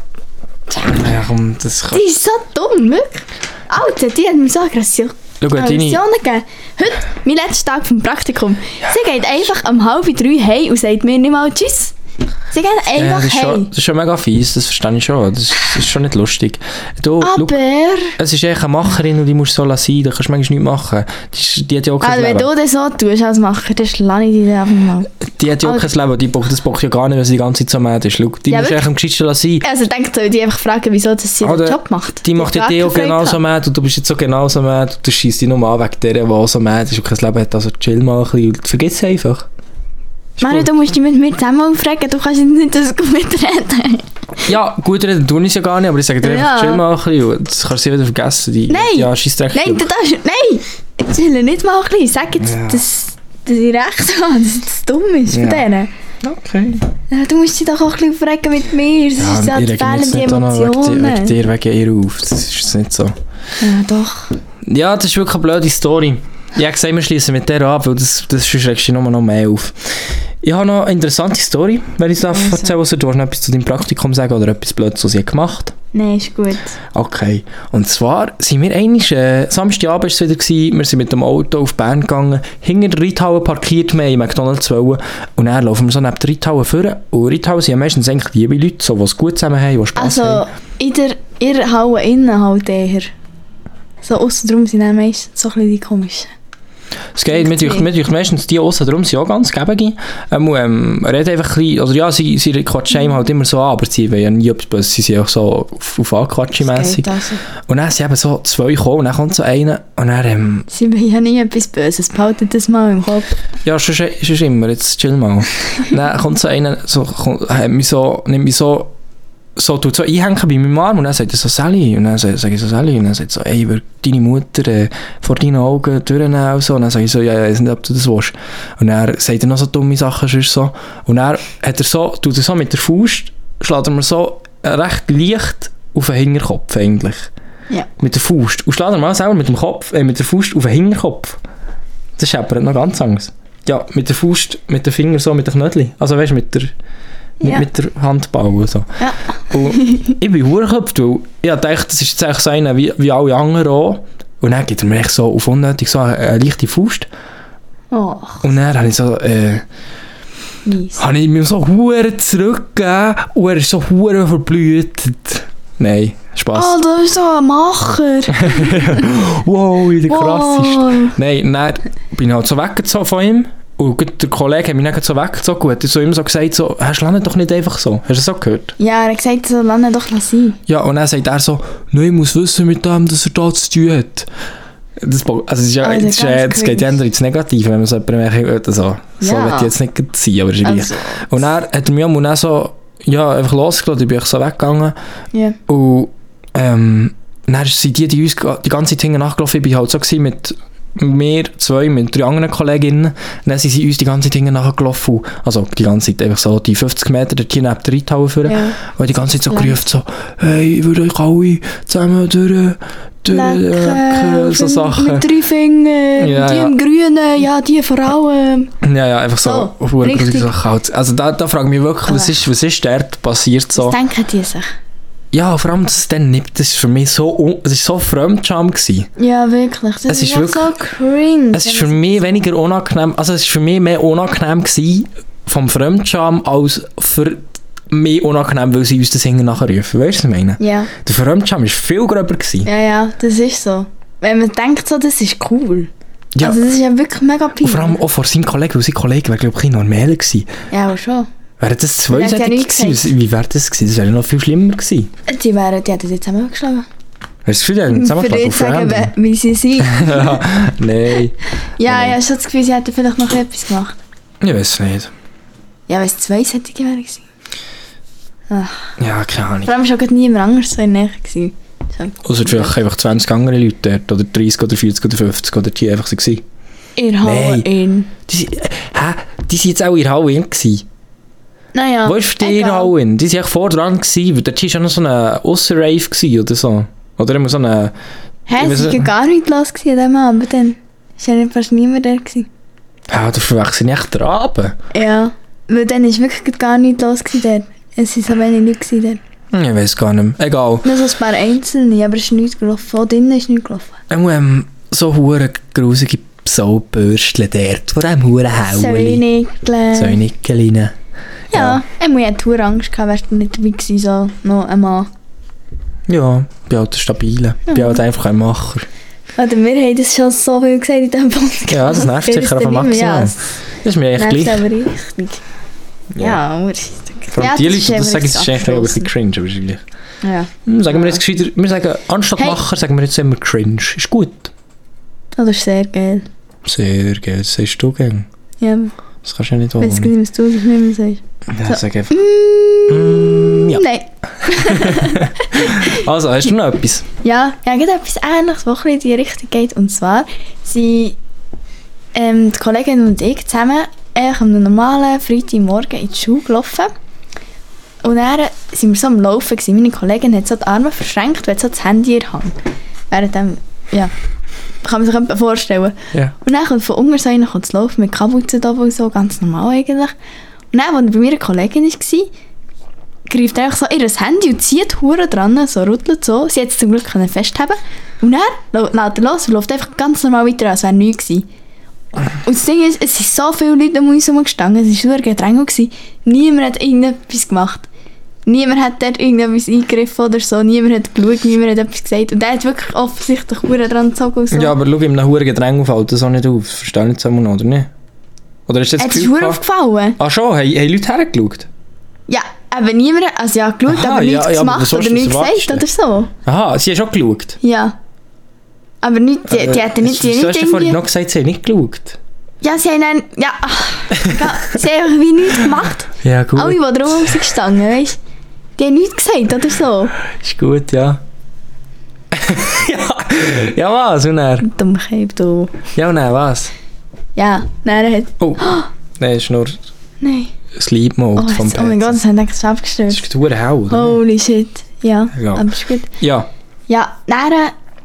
Ja, komm, das kann... Die ist so dumm, wirklich. Alter, die hat mir so Aggression. Schau, deine... Aggressionen gegeben. Heute, mein letzter Tag vom Praktikum. Sie geht einfach um halb drei heim und sagt mir nicht mal Tschüss. Sie geht Ja, einfach das, ist schon, heim. das ist schon mega fies, das verstehe ich schon. Das ist, das ist schon nicht lustig. Du, Aber, schau, es ist echt eine Macherin und die musst so lassen. Da kannst du manchmal nichts machen. Die, ist, die hat ja auch kein also wenn Leben. du das so tust als Macher, dann schlage ich dich einfach mal. Die hat ja auch Also- kein Leben. Die bockt, das bockt ja gar nicht, wenn sie die ganze Zeit so mad ist. Schau, die Ja, musst du wirklich? echt am gescheitsten lassen. Also denkt soll die einfach fragen, wieso dass sie Oder den Job macht. Die macht ja hat die gar auch keine Freude genauso gehabt. mad und du bist jetzt so genauso mad. Du schießt dich nur an wegen der, die auch so mad ist und kein Leben hat. Also chill mal ein bisschen und vergiss es einfach. Ist Manu, gut. du musst dich mit mir zusammen aufregen, du kannst nicht das gut mitreden. Ja, gut reden tun ich ja gar nicht, aber ich sage dir Ja. einfach, chill mal ein bisschen und das kannst du sie wieder vergessen. Die, Nein! Ja, scheiss Dreck. Nein, du darfst, nein! chillen nicht mal ein bisschen. Sag jetzt, Ja. dass, dass ich recht habe, dass das dumm ist Ja. von denen. Okay. Ja, du musst dich doch auch ein bisschen aufregen mit mir. Das ist ja ich die reg mich jetzt fehlende nicht auch noch wegen dir, wegen Emotionen. dir, wegen ihr auf. Das ist jetzt nicht so. Ja, doch. Ja, das ist wirklich eine blöde Story. Ich habe gesagt, wir schließen mit der ab, weil das, das schreckst du nur noch mehr auf. Ich habe noch eine interessante Story, wenn ich es darf Also. erzählen. Also, du hast noch etwas zu deinem Praktikum sagen oder etwas Blödes, was sie gemacht hat. Nein, ist gut. Okay. Und zwar sind wir einmal, äh, Samstagabend war es wieder, gewesen, wir sind mit dem Auto auf Bern gegangen, hinter der Reithalle parkiert, wir haben in McDonalds wollen, und dann laufen wir so neben der Reithalle vor. Und Reithalle sind ja meistens eigentlich liebe Leute, so, die es gut zusammen haben, die Spass Also, haben. in der, in der Halle innen halt eher. So aussen drum sind dann meistens so ein bisschen die komischen. Es geht, mir durch, mir durch meistens die aussen drum sind auch ganz gäbig. Ähm, ähm, reden einfach ein bisschen, also ja, sie, sie quatschen einem halt immer so an, aber sie wollen ja nie etwas Böses, sie sind auch so auf, auf Anquatschen-mässig. Also. Und dann sind eben so zwei gekommen und dann kommt so einer und dann, ähm, Sie wollen ja nie etwas Böses. Behaltet das mal im Kopf. ja, schon, schon immer, jetzt chill mal. Dann kommt so einer, so, kommt, hat mich so, nimmt mich so, so, tut so einhängen bei meinem Arm und dann sagt er so, Sally, und dann sage sag ich so, Sally, und dann sagt er so, ey, ich würde deine Mutter äh, vor deinen Augen durchnehmen und so, und dann sage ich so, ja, ja, ich weiß nicht, ob du das willst. Und dann sagt er noch so dumme Sachen, sonst so, und dann hat er so, tut er so mit der Faust, schlägt er mir so recht leicht auf den Hinterkopf eigentlich. Ja. Mit der Faust. Und schlägt er mal selber mit dem Kopf, äh, mit der Faust auf den Hinterkopf. Das ist aber noch ganz anders. Ja, mit der Faust, mit den Fingern so, mit den Knödeln. Also weißt du, mit der, nicht Ja. mit der Handball und so. Ja. Und ich bin verdammt, weil ich dachte, das ist jetzt eigentlich so einer wie, wie alle anderen auch. Und dann gibt er mir echt so auf unnötig so eine, eine leichte Faust. Oh, Und dann habe ich so, äh, mies. habe ich mir so hure zurückgegeben und er ist so hure verblühtet. Nein, Spass. Oh, du bist so ein Macher. Wow, wie der krass ist. Wow. Nein, dann bin ich halt so weggezogen von ihm. Und gut, der Kollege hat mich dann so weggezogen. Er hat so immer so gesagt, so, hast du Lana doch nicht einfach so. Hast du das so gehört? Ja, er hat gesagt, so lange doch mal sein. Ja, und dann sagt er so, nein, ich muss wissen mit dem, dass er da zu tun hat. Das, also es, ist ja, Also es, ist, äh, ganz das geht ja eher ins Negative, wenn man so jemandem also, so Ja. will ich jetzt nicht gerade sein, aber es ist gleich. Also. Und dann hat er mich auch dann so, ja, einfach losgelassen, ich bin so weggegangen. Ja. Und ähm, dann sind die, die uns die ganze Zeit hinten nachgelaufen. Ich war halt so gewesen mit mir, zwei, mit drei anderen Kolleginnen. Dann sind sie uns die ganze Zeit hinten nachgelaufen. Also die ganze Zeit einfach so die fünfzig Meter dort hier neben der Reithalle führen. Ja. Und die ganze Zeit so Leck. gerufen, so, hey, ich würde euch alle zusammen durch, durch Lecker. so Sachen. Mit drei Fingern. Ja, die ja. im Grünen. Ja, die vor allem. Ja, ja, einfach so, So, auf eine richtig. grusige Sache halt. Also da, da frage ich mich wirklich, was ist, was ist dort passiert so? Was denken die sich? Ja, vor allem das dann nicht, das ist für mich so, un- es ist so Fremdscham gewesen. Ja, wirklich. Das Es ist, ist ja wirklich- so cringe. Es ist für mich weniger unangenehm, also es ist für mich mehr unangenehm gewesen vom Fremdscham als für mich unangenehm, weil sie uns das hinten nachher rufen. Weißt du, was ich meine? Ja. Der Fremdscham war viel gröber gewesen. Ja, ja, das ist so. Wenn man denkt so, das ist cool. Ja. Also das ist ja wirklich mega Und vor allem peinlich. auch vor seinem Kollegen, weil sein Kollege wäre, glaube ich, ein bisschen normaler gewesen. Ja, auch schon. Wären das zwei Er hat ja solche nichts gewesen? Wie wäre das gewesen? Das wäre noch viel schlimmer gewesen. Die wären, die hätten jetzt zusammengeschlagen. Hast du das Gefühl, die haben Für zusammengeschlagen dich auf sagen, Random? wie- wie sie sind. Ja, nein. Ja, Nein. ich habe schon das Gefühl, sie hätten vielleicht noch etwas gemacht. Ich weiß nicht. Ja, weil es zwei solche wären gewesen. Ach. Ja, keine Ahnung. Vor allem war schon niemand anderes so in der Nähe gewesen. So. Außer vielleicht einfach zwanzig andere Leute dort, oder dreißig oder vierzig oder fünfzig, oder die einfach so gewesen. In Halle Nein. in. Die, sind- äh, hä? Die sind jetzt auch in der Halle in gewesen. Naja. Wo ist für dich in der Halle in? Die sind echt vor dran gewesen, weil dort war ja noch so eine Ausser-Rave gewesen oder so. Oder immer so eine... Hä, Ich weiss es war nicht. gar nicht los gewesen an diesem Abend. Dann war ja fast niemand da gewesen. Ja, da verwechsel ich echt den Abend. Ja. Weil dann war wirklich gar nichts los gewesen dort. Es waren so wenig Leute gewesen dort. Ich weiß gar nicht mehr. Egal. Nur so ein paar Einzelne, aber es ist nichts gelaufen. Auch drinnen ist nichts gelaufen. Ähm, ähm, so hure grusige Psaubürstchen dort, vor dem hure Hauli. Säunigle. Säunigelinen. Ja, ich hatte ja Tour Angst, gehabt, wärst du nicht dabei gewesen, so noch ein Mann. Ja, ich bin halt ein Stabiler. Ich bin halt einfach ein Macher. Oder wir haben das schon so viel gesagt in diesem Podcast. Ja, das nervt Ihr sicher wisst auf ja dem nicht mehr, ja, Maximum. es Das ist mir echt nervt gleich. aber richtig. Ja, aber ist Vor allem ja, die das Leute, ist die das eben sagen, es ist echt ein bisschen abgeschlossen. cringe, aber ist gleich. Ja. Hm, sagen wir jetzt gescheiter, wir sagen, anstatt Hey. Macher, sagen wir jetzt immer cringe. Ist gut. Oh, das ist sehr geil. Sehr geil, das sagst du gern. Ja, Das kannst du ja nicht ich weiß ohne. gar nicht, was du das nicht mehr sagst. Ja, So. sag einfach. Mm, Mm, ja. Nein. Also, hast du noch etwas? Ja, ja, gibt etwas Ähnliches, was in die Richtung geht. Und zwar sind ähm, die Kollegin und ich zusammen eigentlich am normalen Freitagmorgen in die Schule gelaufen. Und dann sind wir so am Laufen gewesen. Meine Kollegin hat so die Arme verschränkt und hat so das Handy in der Hand. Während dem, ja, kann man sich etwas vorstellen. Ja. Und dann kommt von unten so einer zu laufen mit Kapuze da und so, ganz normal eigentlich. Und dann, als er bei mir eine Kollegin war, greift er einfach so ihr Handy und zieht Hure dran, so rüttelt so. Sie hat es zum Glück festhalten. Und dann lässt er los und läuft einfach ganz normal weiter, als wäre nichts gewesen. Und das Ding ist, es sind so viele Leute um uns herum gestanden, es war nur ein Gedränge. Niemand hat irgendetwas gemacht. Niemand hat dort irgendetwas eingegriffen oder so, niemand hat geschaut, niemand hat etwas gesagt. Und er hat wirklich offensichtlich Hure dran gezogen. So. Ja, aber schau, in einem Huren Gedränge fällt das auch nicht auf. Das verstehe ich nicht so immer noch, oder nicht? Oder ist das Hat es Gefühl Hure gehabt- aufgefallen? Ah schon, haben, haben Leute hergeschaut? Ja, aber niemand, also ja, geschaut, Aha, aber ja, nichts ja, aber gemacht was sollst oder du nichts das gesagt erwarten? oder so. Aha, sie haben schon geschaut. Ja. Aber nicht, die, die hätten nicht, die Du nicht hast ja vorhin irgendwie... noch gesagt, sie haben nicht geschaut. Ja, sie haben dann, ja, ach, ja, sie haben einfach wie nichts gemacht. Ja, gut. Alle, die drumherum sind gestanden, weißt du, die haben nichts gesagt oder so. Ist gut, ja. ja, ja, was? Und dann? Dummkeit, du. Ja, und dann, was? Ja, nein, er hat... Oh, nein, das ist nur Nein. Sleep Mode Oh, vom jetzt, oh mein P C. Gott, das hat echt Das abgestürzt. ist verdammt hell, oder? Holy shit. Ja, Ja. aber ist gut. Ja. Ja, dann...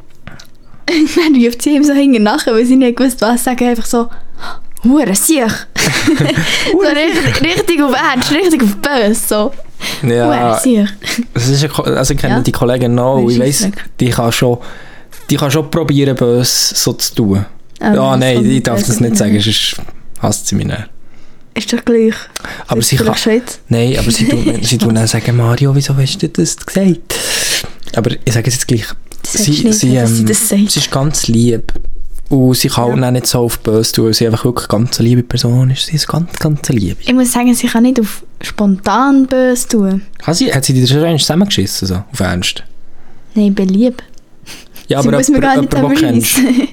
Dann ruft sie ihm so hinten nachher, weil sie nicht gewusst was sagen, einfach so... Hure siech. so richtig, richtig auf Ernst, richtig auf Böse, so. Ja, Hure siech. das ist eine, Ko- also ich kenne Ja. die Kollegin noch, Weil ich sie weiss, sagt- die kann schon, die kann schon probieren, böse so zu tun. Aber Ja, das nein, kommt ich darf das besser nicht sagen, hin. sonst hasst sie mich nicht. Ist doch gleich. Aber sie kann... Schweiz. Nein, aber sie tun, sie tun dann sagen, Mario, wieso hast du das gesagt? Aber ich sage es jetzt gleich, Das sie, sagst du nicht, sie, dass sie ähm, das sagt. sie ist ganz lieb. Und sie kann Ja. auch nicht so auf böse tun, weil sie einfach wirklich ganz eine liebe Person ist. Sie ist ganz, ganz eine liebe. Ich muss sagen, sie kann nicht auf spontan böse tun. Kann sie, hat sie dir schon einmal zusammengeschissen, so, auf Ernst? Nein, beliebt. Ja, sie aber muss mir gar jemand, nicht jemand, den du kennst. beweisen.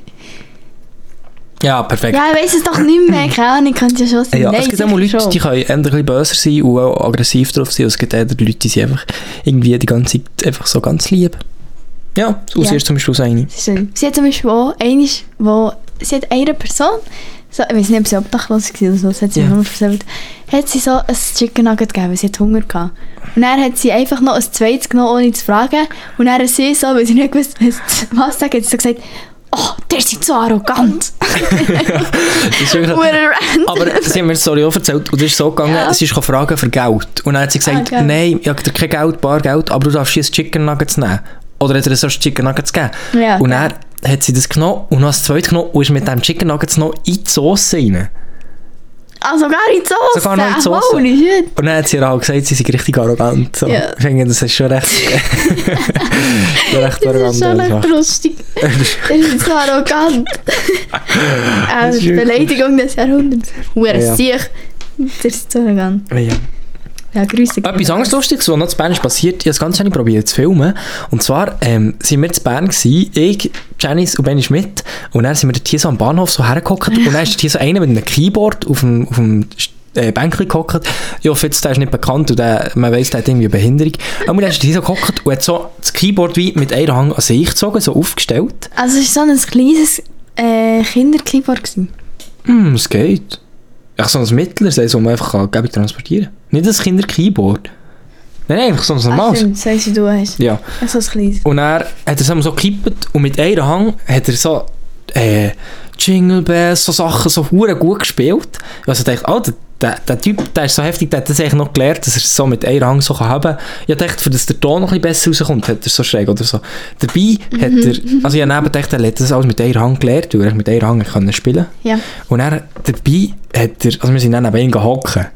Ja, perfekt. Ja, ich weiss es doch nicht mehr. Keine Ahnung, kann ja schon sein. Ja, Nein, es gibt auch mal sicher Leute, schon. die können eher ein bisschen böser sein und auch aggressiv drauf sein. Es gibt eher Leute, die sind einfach irgendwie die ganze Zeit einfach so ganz lieb. Ja, so Ja. sie ist zum Beispiel so eine. Sie sie hat zum Beispiel auch eine, wo sie hat eine Person, so, ich weiß nicht, ob sie obdachlos war oder so, das hat sie Ja. mir nur erzählt, hat sie so ein Chicken Nugget gegeben, weil sie hat Hunger gehabt. Und dann hat sie einfach noch ein zweites genommen, ohne zu fragen. Und dann hat sie so, weil sie nicht gewusst was sagen, hat sie so gesagt, oh, der ist so arrogant. Das ist wirklich, Hure random. aber sie haben mir die Story auch erzählt und es ist so gegangen, Ja. sie ist fragen für Geld. Und dann hat sie gesagt, Ah, geil. nein, ich habe dir kein Geld, bar Geld, aber du darfst hier ein Chicken Nuggets nehmen. Oder hat er so ein Chicken Nuggets gegeben. Ja, und geil. dann hat sie das genommen und noch das zweite genommen und ist mit dem Chicken Nuggets noch in die Sauce rein. Ah, sogar in die Soße? Sogar noch in die Sauce. Holy shit. Und dann hat sie ihr auch gesagt, sie sei richtig arrogant. So. Ja. Ich finde, das ist schon recht, schon recht Das arrogant. ist schon einfach. echt lustig. Der ist so arrogant. Äh, Das ist wirklich- Beleidigung des Jahrhunderts. Hure Ja. siech. Der ist so arrogant. Ja. Ja, grüße. Etwas anderes Lustiges, was noch zu Bern ist passiert, ich habe das Ganze probiert zu filmen. Und zwar ähm, sind wir zu Bern gewesen, ich, Janice und Benny Schmidt. Und dann sind wir dort hier so am Bahnhof so hergehockt. Und dann ist hier so einer mit einem Keyboard auf dem, auf dem äh, Bänkchen gehockt. Ich hoffe jetzt, der ist nicht bekannt und der, man weiss, der hat irgendwie eine Behinderung. Und dann ist hier so gehockt und hat so das Keyboard wie mit einer Hand an sich gezogen, so aufgestellt. Also es war so ein kleines äh, Kinderkeyboard gewesen. Hm, es geht. Echt so ein mittleres, das man einfach kann, Gebung transportieren kann. Nicht ein Kinder-Keyboard. Nein, nein, einfach so ein Ah, normales. stimmt, so wie du hast. Ja. Ja, so ein kleines. Und er hat er es so gekippt und mit einer Hand hat er so äh, Jingle Bells, so Sachen so hure gut gespielt. Also ich dachte, oh, der, der, der Typ, der ist so heftig, der hat das eigentlich noch gelernt, dass er es so mit einer Hand so kann haben. Ich dachte, für dass der Ton noch ein bisschen besser rauskommt, hat er so schräg oder so. Dabei hat er, also ich habe neben gedacht, er hat das alles mit einer Hand gelernt, weil er mit einer Hand können spielen. Ja. Und er dabei hat er, also wir sind dann neben ihm gehocken.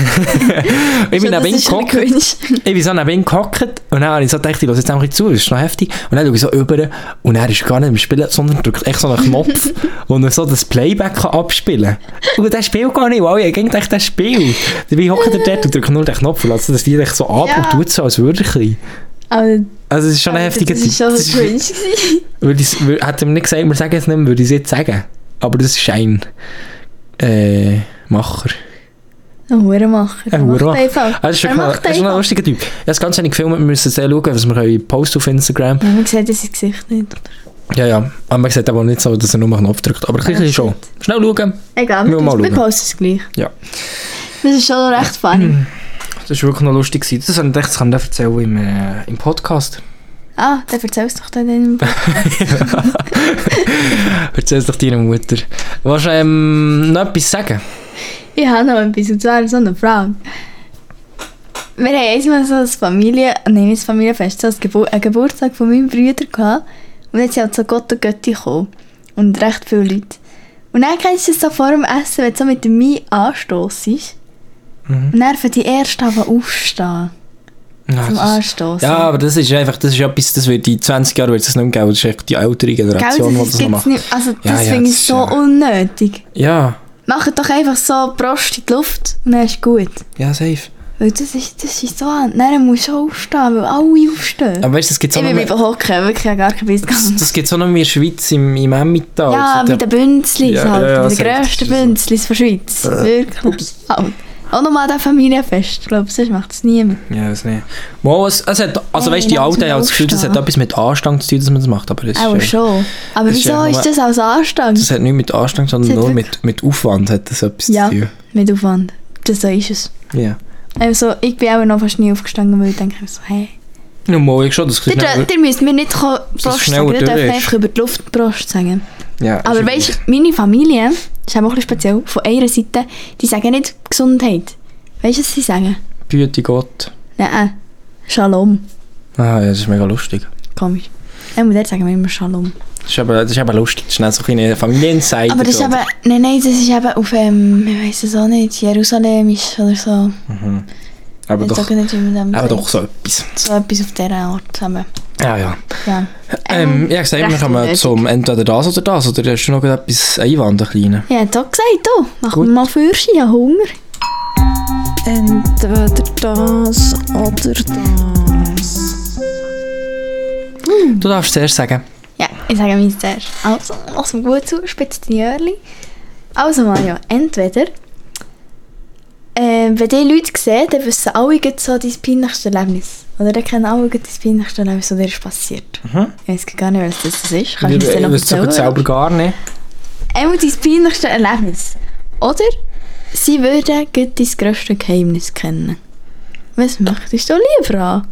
ich bin Schon, neben ihm das ist ein gehockt. Cringe. Ich bin so neben ihm gehockt und dann habe ich so gedacht, ich höre jetzt einfach ein bisschen zu, das ist noch heftig. Und dann schaue ich so über und er ist gar nicht im Spielen, sondern drückt echt so einen Knopf, wo er so das Playback kann abspielen kann. Und der spielt gar nicht, wow, ich habe gedacht, der spielt. Dabei hockt er dort und drückt nur den Knopf und lässt das Lied echt so ab Ja. und tut so, als würde er ein Aber Also es ist schon ein heftiger das ist schon Das ist- cringe gewesen. würde ich, würde, hat er mir nicht gesagt, wir sagen es nicht mehr, würde ich es jetzt sagen. Aber das ist ein äh, Macher. Ein Hurenmacher. Ein Hurenmacher. einfach. Ah, das ist Er wirklich macht ein, das ist ein einfach. lustiger Typ. Ich habe das ganz wenig gefilmt, wir müssen sehr schauen, was wir können posten auf Instagram. Ja, man sieht das sein Gesicht nicht. Ja, ja. Aber man sieht aber nicht so, dass er nur einen Knopf drückt. Aber ein bisschen Ja, schon. Schnell schauen. Egal, Wir wir, mal wir schauen. posten es gleich. Ja. Das ist schon noch recht funny. Das war wirklich noch lustig. gewesen. Das habe ich gedacht, das kann ich erzählen im, äh, im Podcast. Ah, dann erzählst du doch dann im Erzähl es doch deiner Mutter. Willst du ähm, noch etwas sagen? Ich habe noch etwas, und zwar so eine Frage. Wir haben einmal so ein Familie, nein, nicht ein Familienfest, so ein Gebur einen Geburtstag von meinem Bruder gehabt. Und jetzt sind halt so Gott und Götti gekommen. Und recht viele Leute. Und dann kennst du es so vor dem Essen, wenn du so mit dem Wein anstossest. Mhm. Und dann für die Ersten aufstehen. Ja, Zum das- Anstossen. Ja, aber das ist einfach, das ist etwas, das wird in zwanzig Jahren wird es nicht mehr geben. Das ist echt die ältere Generation, Gell, die das das noch gibt's macht. nicht. Also Ja, das ja, finde das ich ist so ja- unnötig. Ja, Macht doch einfach so Prost in die Luft und dann ist gut. ja, safe. Weil das ist, das ist so, dann musst du auch aufstehen, weil alle aufstehen. Aber weißt du, das gibt es Ich auch noch will mehr, bleiben hocken, wirklich, ich habe gar keinen Biss das, gehabt. das gibt's auch noch mehr in der Schweiz, im, im Emmental. Ja, Da- mit den Bünzlis Ja, halt, ja, ja, mit den das grössten ist so. Bünzlis der Schweiz. Wirklich. Halt. Auch nochmal das Familienfest, ich glaube, sonst macht es niemand. Ja, das nicht. Mal, es, es hat, also Hey, weißt du, die dann muss Alten man haben das Gefühl, das hat aufstehen. etwas mit Anstand zu tun, dass man das macht, aber das, Auch ist, äh, schon. Aber das ist wieso ja ist nur- das als Anstand? das hat nichts mit Anstand, sondern Das hat nur wirklich- mit, mit Aufwand hat das etwas Ja. zu tun. Mit Aufwand. Das so ist es. Ja. Also, ich bin auch noch fast nie aufgestanden, weil ich denke so, hey, Nur mal, ich schon, das ihr, schnell, ihr müsst mir nicht ko- Prost schneller sagen, ihr dürft durch ist. einfach über die Luft Prost sagen. ja, Aber ist weißt du, meine Familie, das ist auch ein bisschen speziell, von einer Seite, die sagen nicht Gesundheit. Weißt du, was sie sagen? Güte Gott. Nein, Shalom. Ah, ja, das ist mega lustig. Komisch. Ja, und dort sagen wir immer Shalom. Das ist aber, das ist aber lustig, das ist dann so eine Familienseite. Aber das ist eben, nein, nein, das ist eben auf, ähm, ich weiss es auch nicht, Jerusalemisch oder so. Mhm. Aber Ich doch, sage nicht, wie man dem aber sagt. doch so etwas. So etwas auf dieser Art. Aber, Ja, ja. ja. Ähm, ich habe gesagt, wir recht kommen unnötig. zum entweder das oder das. Oder hast du noch etwas einwandern, Kleine? Ich hätte auch gesagt, du, mach Gut. mir mal Fürschen, ich habe Hunger. Entweder das oder das. Du darfst zuerst sagen. Ja, ich sage mir zuerst. Also, lass mir gut zu, spitz die Öhrchen. Also Mario, entweder äh, wenn die Leute sehen, dann wissen alle gleich so dein peinlichste Erlebnis. Oder dann kennen alle gleich dein peinlichste Erlebnis, das dir ist passiert. Mhm. Ich weiß gar nicht, was das ist. Kannst du Ich mir das dann noch weiß es sogar erzählen? selber gar nicht. Einmal dein peinlichste Erlebnis. Oder sie würden gleich dein grösstes Geheimnis kennen. Was möchtest du lieber an?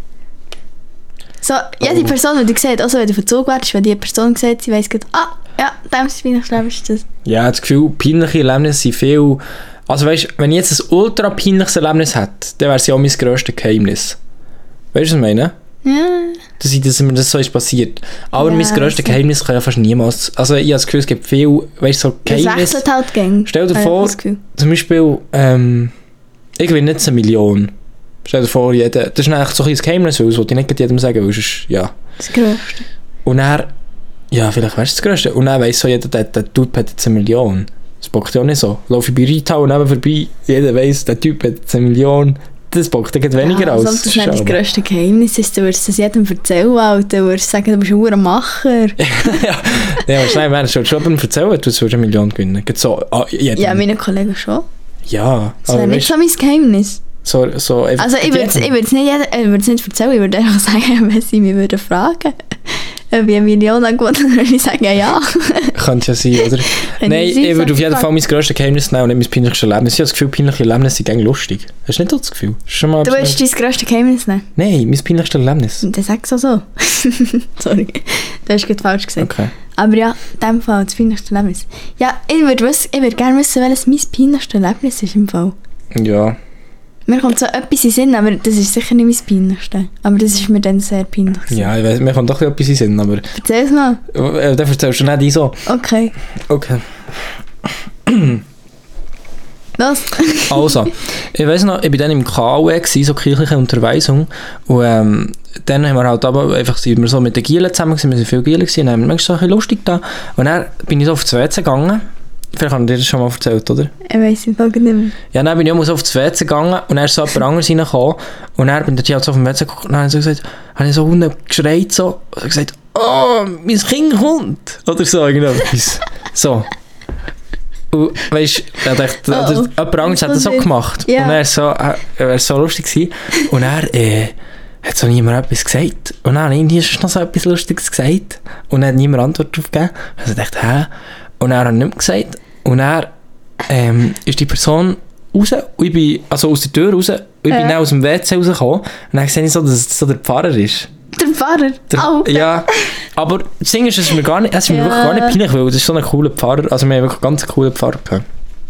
So, ja, die Oh. Person, die du siehst, also wenn du Verzug wärst, wenn die Person sieht, sie weiss gerade, ah, ja, dem ist das peinlichste Erlebnis. Das. Ja, ich habe das Gefühl, peinliche Erlebnisse sind viel... Also weißt, wenn ich jetzt ein ultra peinliches Erlebnis hätte, dann wäre es ja auch mein grösstes Geheimnis. Weißt du, was ich meine? Ja, Dass, ich, dass mir das so ist passiert. Aber Ja, mein grösstes also- Geheimnis kann ja fast niemals... Also ich habe das Gefühl, es gibt viel, weißt du, so das Geheimnisse... wechselt halt gängig. Stell dir habe ich vor, das Gefühl. zum Beispiel, ähm, ich gewinne jetzt eine Million. Stell dir vor, jeder, das ist eigentlich so ein bisschen das Geheimnis, weil das wollte ich nicht jedem sagen, weil sonst, ja. Das Größte. Und dann, ja, vielleicht wär's das Größte. Und dann weiss so jeder, der, der Typ hat jetzt eine Million. Das bockt ja auch nicht so. Laufe ich bei Retail und neben vorbei, jeder weiss, der Typ hat jetzt eine Million. Das bockt ja weniger ja, als. als ob das nicht das Schau. grösste Geheimnis ist, du würdest das jedem erzählen, Alter. Du würdest sagen, du bist ein Uhrenmacher. ja, ja, aber schnell, wenn du schon jemandem erzählen, du würdest eine Million gewinnen. Geht so, ah, jedem. Ja, meine Kollegen schon. Ja, Das aber wäre nicht weißt, so mein Geheimnis. so, so einfach Also ich würde es jedem. nicht, jeder- ich würd's nicht erzählen, ich würde einfach sagen, wenn sie mich würden fragen, ob ich eine Million gewonnen habe, würde ich sagen, ja. Könnte ja sein, oder? Wenn Nein, ich sie ich würde auf jeden sage, Fall mein grösstes Geheimnis nehmen und nicht mein peinlichstes Erlebnis. Ich habe das Gefühl, peinliche Erlebnisse sind eigentlich lustig. Hast du nicht das Gefühl? Hast du schon mal Du etwas- würdest dein grösstes Geheimnis nehmen. Nein, mein peinlichstes Erlebnis. Dann sag's auch so. Sorry, du hast gerade falsch gesagt. Okay. Aber ja, in dem Fall das peinlichste Erlebnis. Ja, ich würde wiss- ich würde gerne wissen, welches mein peinlichstes Erlebnis ist im Fall. Ja. Mir kommt so etwas in den Sinn, aber das ist sicher nicht mein peinlichstes. Aber das ist mir dann sehr peinlich. gewesen. Ja, ich weiss, mir kommt doch etwas in den Sinn, aber Erzähl's mal. äh, dann erzählst du nicht ein so. Okay. Okay. Los. Also, ich weiss noch, ich war dann im K U E, gewesen, so kirchliche Unterweisung. Und ähm, dann haben wir halt aber einfach, sind wir so mit den Gielen zusammen gewesen, wir waren viele Gielen gewesen, und dann haben wir manchmal so ein bisschen lustig da. Und dann bin ich so auf das W C gegangen. Vielleicht habe ich dir das schon mal erzählt, oder? Ich weiss im Fall gar nicht mehr. Ja, dann bin ich auch so auf das W C gegangen und dann ist so jemand anderes reingekommen und dann bin ich halt so auf dem W C geguckt und dann habe ich so gesagt, habe ich so unten geschreit so und gesagt, oh, mein Kind kommt! Oder so, irgendetwas. So. Und weißt du, oh, oh. jemand anderes hat das so gemacht. Ja. Und er war so, äh, so lustig gewesen. Und er äh, hat so niemand etwas gesagt. Und dann irgendwie ist noch so etwas Lustiges gesagt. Und dann hat niemand Antwort darauf gegeben. Also ich dachte, hä? Und er hat nichts gesagt. Und dann ähm, ist die Person raus, und ich bin, also aus der Tür raus, und ich ja. bin dann aus dem W C rausgekommen. Und dann sehe ich so, dass es so der Pfarrer ist. Der Pfarrer? Der, oh. Ja, aber das Ding ist, es ist mir, gar nicht, es ist mir ja. wirklich gar nicht peinlich, weil das ist so ein cooler Pfarrer. Also wir haben wirklich ganz einen coolen Pfarrer gehabt.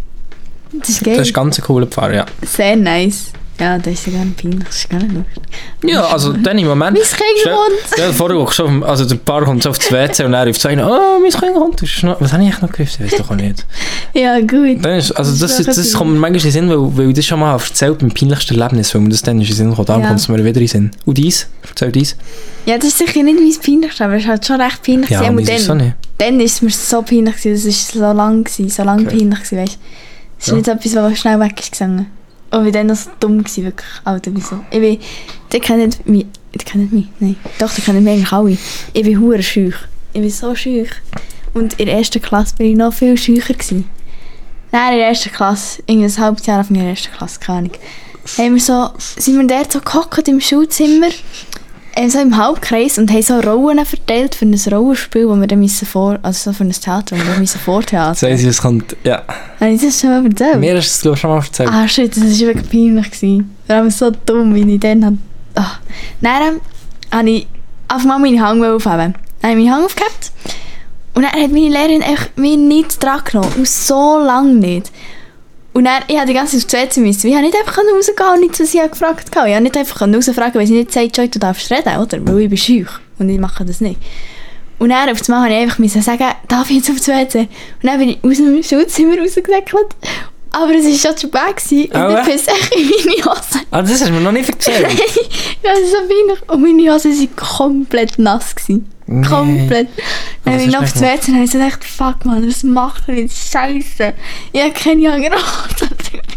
Das ist geil. Das ist ganz ein cooler Pfarrer, ja. Sehr nice. Ja, das ist ja gar nicht peinlich, das ist gar nicht lustig. Ja, also dann im Moment... Mein Kind kommt! Ja, vorher auch schon, also der Pfarrer kommt so auf das W C und er ruft so, oh, mein Kind kommt. Das ist noch, was habe ich eigentlich noch gerufen? Ich weiß doch auch nicht. Ja, gut. Dann ist, also das, das, das, das kommt mir manchmal in den Sinn, weil, weil ich das schon mal erzählt, mein peinlichstes Erlebnis, weil mir das dann in den Sinn kommt. Dann ja. kommt es mir wieder in den Sinn. Und dies? Erzähl dies. Ja, das ist sicher nicht mein peinlichstes, aber es ist halt schon recht peinlich. Ja, und dann, so nicht. Dann ist es mir so peinlich gewesen, das war so lang, gewesen, so lang okay. peinlich gewesen, weißt du. Es ist ja. nicht etwas, was schnell weg ist gegangen. Und ich war dann noch so dumm gewesen, wirklich. Alter, wieso? Ich bin, die kennen mich, die kennen mich, nein. Doch, die kennen mich eigentlich alle. Ich bin hure schüch. Ich bin so schüch. Und in der ersten Klasse bin ich noch viel schücher gewesen. Nein, in der ersten Klasse, irgendwie ein halbes Jahr auf meiner ersten Klasse, keine Ahnung. Haben wir so, sind wir dort so gehockt im Schulzimmer, so im Halbkreis und haben so Rollen verteilt für ein Rollenspiel, das wir dann müssen vor, also so für ein Theater, das wir müssen vortheatern. Sagen Sie, es kommt, ja. Habe ich das schon mal erzählt? Mir hast du es, glaube ich, schon mal erzählt. Ah, shit, das war wirklich peinlich gewesen. Vor allem so dumm, wie ich dann habe. Ah. Dann habe ich auf einmal meine Hang aufheben. Dann habe ich meine Hang aufgehabt und dann hat meine Lehrerin mich nicht dran genommen. Und so lange nicht. Und dann, ich musste die ganze Zeit aufs W C müssen. Ich konnte nicht einfach rausgehen und nichts, was ich gefragt habe. Ich konnte nicht einfach rausfragen, weil sie nicht sagt, Joy, du darfst reden, oder? Weil ich bin schüch und ich mache das nicht. Und dann auf einmal musste ich einfach sagen, darf ich jetzt aufs W C? Und dann bin ich aus dem Schulzimmer rausgesäckelt. Aber es war schon zu spät und dann pisse ich in meine Hose. Ah, das hast du mir noch nicht erzählt? Nein, das ist so peinlich. Und meine Hosen waren komplett nass. Nee. Komplett. Dann bin ich noch aufs W C und habe so gedacht, fuck man, was macht ihr jetzt? Scheiße. Ich habe keine andere Hose.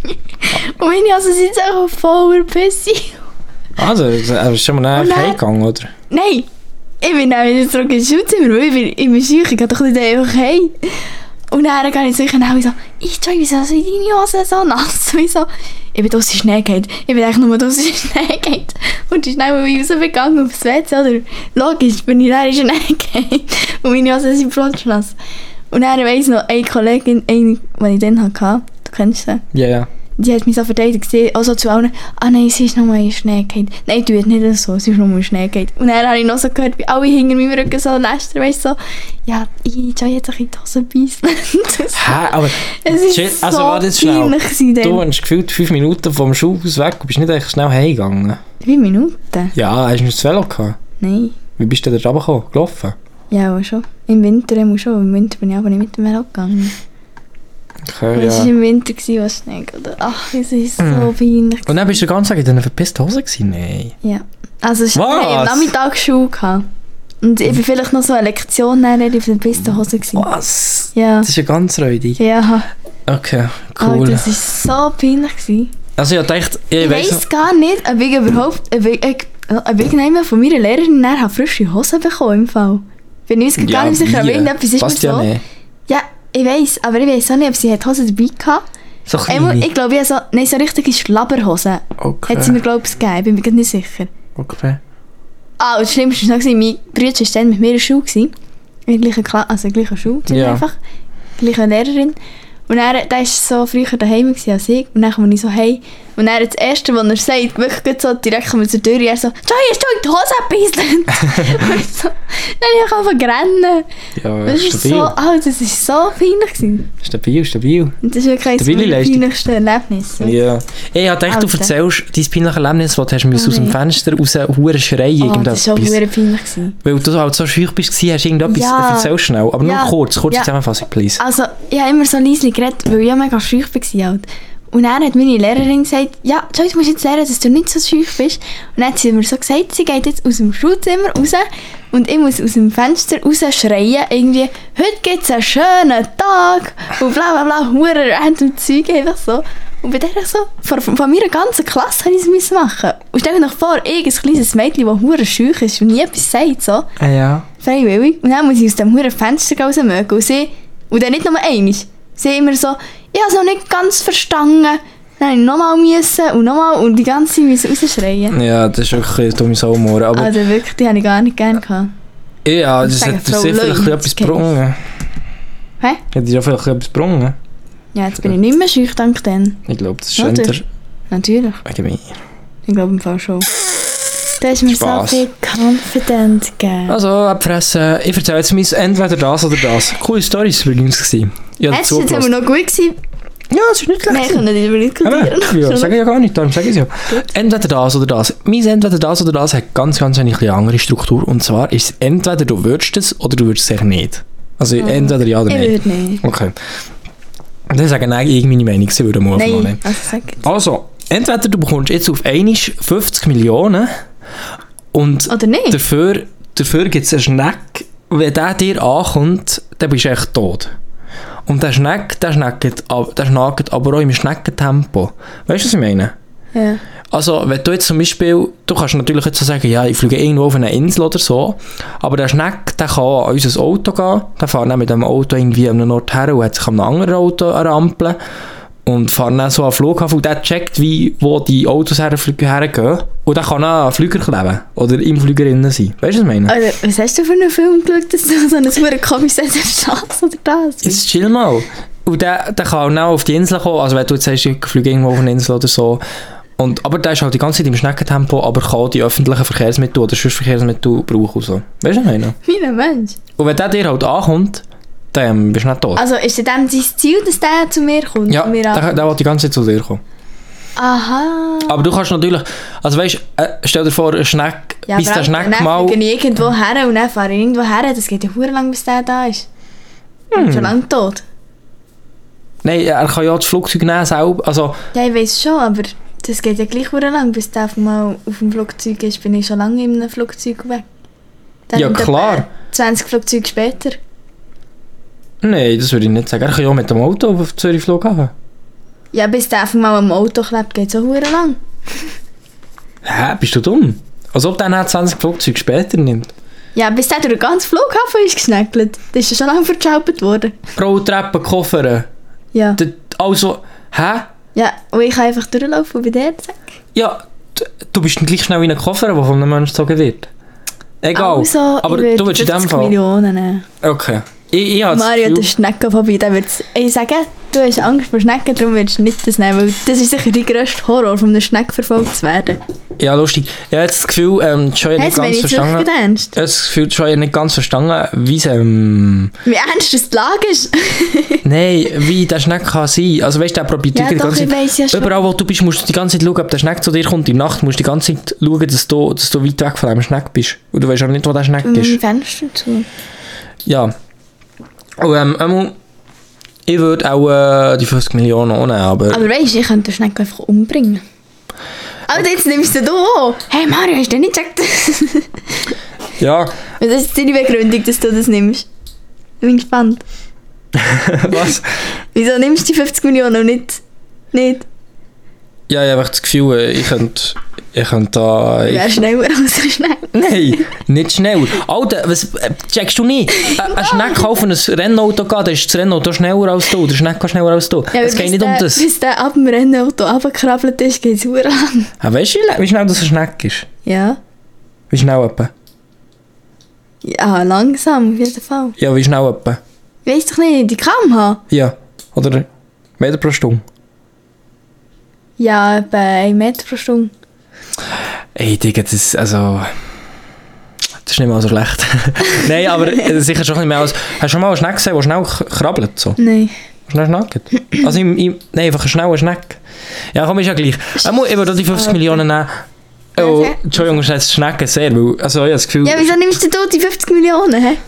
Und meine Hosen sind jetzt auch voller Pisse. Also, du bist schon mal nachher heimgegangen, oder? Nein. Ich bin dann wieder zurück ins Schulzimmer, weil ich bin, ich bin schüch, ich gehe doch nicht einfach heim. Und dann gehe ich so, und so, ich Joy, wieso sind deine Hosen so nass? Wieso? Ich bin draussen in Schnee gegangen. Ich bin eigentlich nur draussen in Schnee gegangen. Und die schnell, weil ich rausgegangen aufs W C, oder? Logisch, bin ich dann in Schnee gegangen. Und meine Hosen sind flotschnass. Und dann weiss noch, eine Kollegin, eine, die ich dann hatte, du kennst sie? Ja, ja. Die hat mich so verteidigt gesehen, also zu allen, ah nein, sie ist noch mal in Schnee gegangen. Nein, du nicht so, sie ist noch mal in Schnee gegangen. Und dann habe ich noch so gehört, wie alle hinter meinem Rücken so lästern, weißt du, so, ja, ich Joy jetzt in die Hose beißen. Hä, aber es ist shit, so also war das schnell. Du hast gefühlt fünf Minuten vom Schulhaus weg und bist nicht echt schnell heimgegangen. Fünf Minuten? Ja, hast du nicht das Velo gehabt? Nein. Wie bist du da runtergekommen? Gelaufen? Ja, aber schon. Im Winter schon. Im Winter bin ich aber nicht mit dem Velo gegangen. Okay, es ja. war im Winter, was Schnee. Ach, es ist so mm. peinlich. Und dann bist du den ganzen Tag in deiner verpissten Hose gewesen? Nein. Ja. Also ich hatte am Nachmittag Schule gehabt. Und ich war vielleicht noch so eine Lektion in der verpissten Hose gewesen. Was? Ja. Das ist ja ganz räudig. Ja. Okay, cool. Aber das war so peinlich gewesen. Also ich dachte... Ich, ich weiss noch, gar nicht, ob ich überhaupt... Ob ich, ob ich von meiner Lehrerin nachher frische Hosen bekommen im Fall. Bin ich gar nicht sicher, aber irgendetwas ist passt mir ja so. Nicht. Ja, ich weiss, aber ich weiss auch nicht, ob sie hat Hosen dabei hatte. So kleine? Ich glaube, ich so, nein, so richtige Schlabberhosen. Okay. Hat sie mir, glaube ich, gegeben. Ich bin mir nicht sicher. Okay. Ah, und das Schlimmste war noch, mein Bruder war dann mit mir in der Schule. In der gleichen Klasse, also in der gleichen Schule. Ja. Einfach. Die gleiche Lehrerin. Und er, der war so früher daheim als ich. Und dann komme ich so heim. Und er das Erste, was er sagt, wirklich so direkt kommen wir zur Tür, er so, Joy, hast du in die Hose gebisselt? Und so, dann ich einfach rennen. Ja, das ist stabil. So, oh, das war so peinlich gewesen. Stabil, stabil. Und das ist wirklich eines meiner peinlichsten Erlebnisse. Ja. Ich habe gedacht, du erzählst dein peinliches Erlebnis, das du hast oh, aus dem Fenster raus hure schreien. Oh, das war schon hure peinlich gewesen. Weil du halt so schüch bist, hast du irgendetwas, ja. erzähl schnell. Aber nur ja. kurz, kurze ja. Zusammenfassung, please. Also, ich habe immer so leise geredet, weil ich ja mega schüch war. Halt. Und dann hat meine Lehrerin gesagt, ja, Joy, du musst jetzt lernen, dass du nicht so schüch bist. Und dann hat sie mir so gesagt, sie geht jetzt aus dem Schulzimmer raus und ich muss aus dem Fenster raus schreien, irgendwie, heute gibt es einen schönen Tag und bla bla bla, hure random Zeug, einfach so. Und bei der so, von, von meiner ganzen Klasse musste ich es machen. Und stell dir noch vor, ich, ein kleines Mädchen, das hure schüch ist und nie etwas sagt, so. Ah, ja. Freiwillig. Und dann muss ich aus dem hure Fenster raus mögen und sie, und dann nicht nur einmal, Sie immer so, ich habe es noch nicht ganz verstanden. Dann musste ich nochmal müssen und nochmal und die ganze Zeit müssen rausschreien. Ja, das ist wirklich ein dummes Humor. Aber Also wirklich, die habe ich gar nicht gerne gehabt. ja, das sagen hat dir Frau sehr vielleicht Löw, etwas das gebrungen. Hä? Hat dir ja vielleicht etwas gebrungen? Ja, jetzt bin ich nicht mehr schüch, dank dem. Ich glaube, das ist Oder? eher Natürlich. wegen mir. Ich glaube im Fall schon. Du hast mir Spass. so viel Confidence gegeben. Also, abfressen. Ich erzähle jetzt mein entweder das oder das. Coole Storys übrigens gewesen. Ich habe Jetzt war jetzt zugelassen. aber noch gut gewesen. Ja, es ist nicht schlecht. Nein, ich kann nicht darüber diskutieren. Ja, sage ich ja gar nicht, darum sage ich es ja. Entweder das oder das. Mein entweder das oder das hat ganz, ganz eine kleine andere Struktur. Und zwar ist es entweder du würdest es oder du würdest es sicher nicht. Also entweder ja oder Ich nein. würde nicht. Okay. Dann sagen nein, ich meine Meinung, sie würden mal Nein, aufnehmen. also sag jetzt. Also, entweder du bekommst jetzt auf einmal fünfzig Millionen und Oder nicht? dafür, dafür gibt es einen Schneck, wenn der dir ankommt, dann bist du echt tot. Und der Schneck, der schneckt, ab- der schnackt aber auch im Schneckentempo. Weißt du, was ich meine? Ja. Also, wenn du jetzt zum Beispiel, du kannst natürlich jetzt so sagen, ja, ich fliege irgendwo auf eine Insel oder so, aber der Schneck, der kann an unser Auto gehen, der fährt dann mit dem Auto irgendwie an einen Ort her und hat sich an einem anderen Auto rampeln und fährt dann so an den Flughafen und der checkt, wie, wo die Autos her, hergehen und der kann auch an den Flüger kleben oder im Flüger innen sein. Weißt du, was ich meine? Also, was hast du für einen Film geschaut, dass du so ein super komisches das oder das? Jetzt chill mal. Und der, der kann auch auf die Insel kommen, also wenn du jetzt sagst, ich fliege irgendwo auf eine Insel oder so, und, aber der ist halt die ganze Zeit im Schneckentempo, aber kann auch die öffentlichen Verkehrsmittel oder sonst Verkehrsmittel brauchen und so. Weißt du, was ich meine? Wie ein Mensch. Und wenn der dir halt ankommt, dann bist du nicht tot. Also ist es dann sein Ziel, dass der zu mir kommt? ja, und mir der, ankommt? der will die ganze Zeit zu dir kommen. Aha. Aber du kannst natürlich, also weißt du, äh, stell dir vor, ein Schneck, Ja, bis der aber Schneck dann mal... fliege ich irgendwo her und dann fahre ich irgendwo her. Das geht ja verdammt lang, bis der da ist. Ich bin schon lange tot. Nein, er kann ja das Flugzeug nehmen selber, also... Ja, ich weiss schon, aber das geht ja gleich verdammt lang, bis der mal auf dem Flugzeug ist. Bin ich schon lange in einem Flugzeug weg. Dann Ja, kommt klar. etwa zwanzig Flugzeuge später. Nein, das würde ich nicht sagen. Er kann ja auch mit dem Auto auf Zürich Flughafen. Ja, bis der einfach mal am Auto klebt, geht so verdammt lang. Hä, bist du dumm? Als ob der nicht zwanzig Flugzeuge später nimmt. Ja, bis der durch den ganzen Flughafen ist geschneckelt. Das ist ja schon lange verschaubert worden. Rolltreppen, Koffer. Ja. D- Also, hä? Ja, und ich kann einfach durchlaufen und bei dir sagen. Ja, d- du bist dann gleich schnell wie ein Koffer, der von einem Menschen gezogen wird. Egal. Also, aber ich würde du willst in dem fünfzig Fall... Millionen nehmen. Okay. Ich, ich habe das Mario, Gefühl- der Schneckenphobie, der wird's... Ich sage, du hast Angst vor Schnecken, darum willst du nicht das nehmen, weil das ist sicher dein grösster Horror, von einem Schneck verfolgt zu werden. Ja, lustig. Ich habe jetzt das Gefühl, ähm, Joy hat nicht Jetzt bin ganz ich verstanden... wirklich ernst. Ich habe das Gefühl, Joy hat nicht ganz verstanden, wie es... Ähm, Wie ernst das die Lage ist. Nein, wie der Schneck kann sein. Also weißt du, der probiert Ja, die doch, ganze ich Zeit... weiss ja schon. Überall, wo du bist, musst du die ganze Zeit schauen, ob der Schneck zu dir kommt. In der Nacht musst du die ganze Zeit schauen, dass du, dass du weit weg von dem Schneck bist. Und du weißt aber nicht, wo der Schneck Mit dem ist. Fenster zu. Ja. Und ähm, einmal, ich würde auch äh, die fünfzig Millionen auch nehmen, aber... Aber weißt du, ich könnte den Schneck einfach umbringen. Aber jetzt nimmst du auch. Hey Mario, hast du nicht gesagt? Ja, Das ist deine Begründung, dass du das nimmst. Ich bin gespannt. was? Wieso nimmst du die fünfzig Millionen und nicht... nicht? Ja, ich habe einfach das Gefühl, äh, ich könnte... Ich könnte da... Du Ich, wärst schneller als ein Schneck. nein, nicht schnell. Alter, was äh, checkst du nicht? Ein ein Schneck auf ein Rennauto gehen, dann ist das Rennauto schneller als du. Der Schneck geht schneller als du. Ja, Es geht nicht um der, das. Bis der ab dem Rennauto runtergekrabbelt ist, geht es verdammt lang. Ah, weißt du, wie schnell das ein Schneck ist? Ja. Wie schnell etwa? Ja, langsam, auf jeden Fall. Ja, wie schnell etwa? Weiss doch nicht, die Kilometer haben. Ja. Oder Meter pro Stunde? Ja, etwa ein Meter pro Stunde. Ey, Digga, das ist also... Das ist nicht mal so schlecht. Nein, aber äh, sicher schon ein bisschen mehr als... Hast du schon mal einen Schneck gesehen, der schnell k- krabbelt? So? Nein. Schnell schnackt? Also im, im, nein, einfach ein schneller Schneck. Ja, komm, ist ja gleich. Ähm, ich würde die fünfzig Millionen nehmen. Oh, Okay. Entschuldigung, ich das Schnecken sehr, weil... Also ich habe das Gefühl... Ja, wieso nimmst du da die fünfzig Millionen, hä?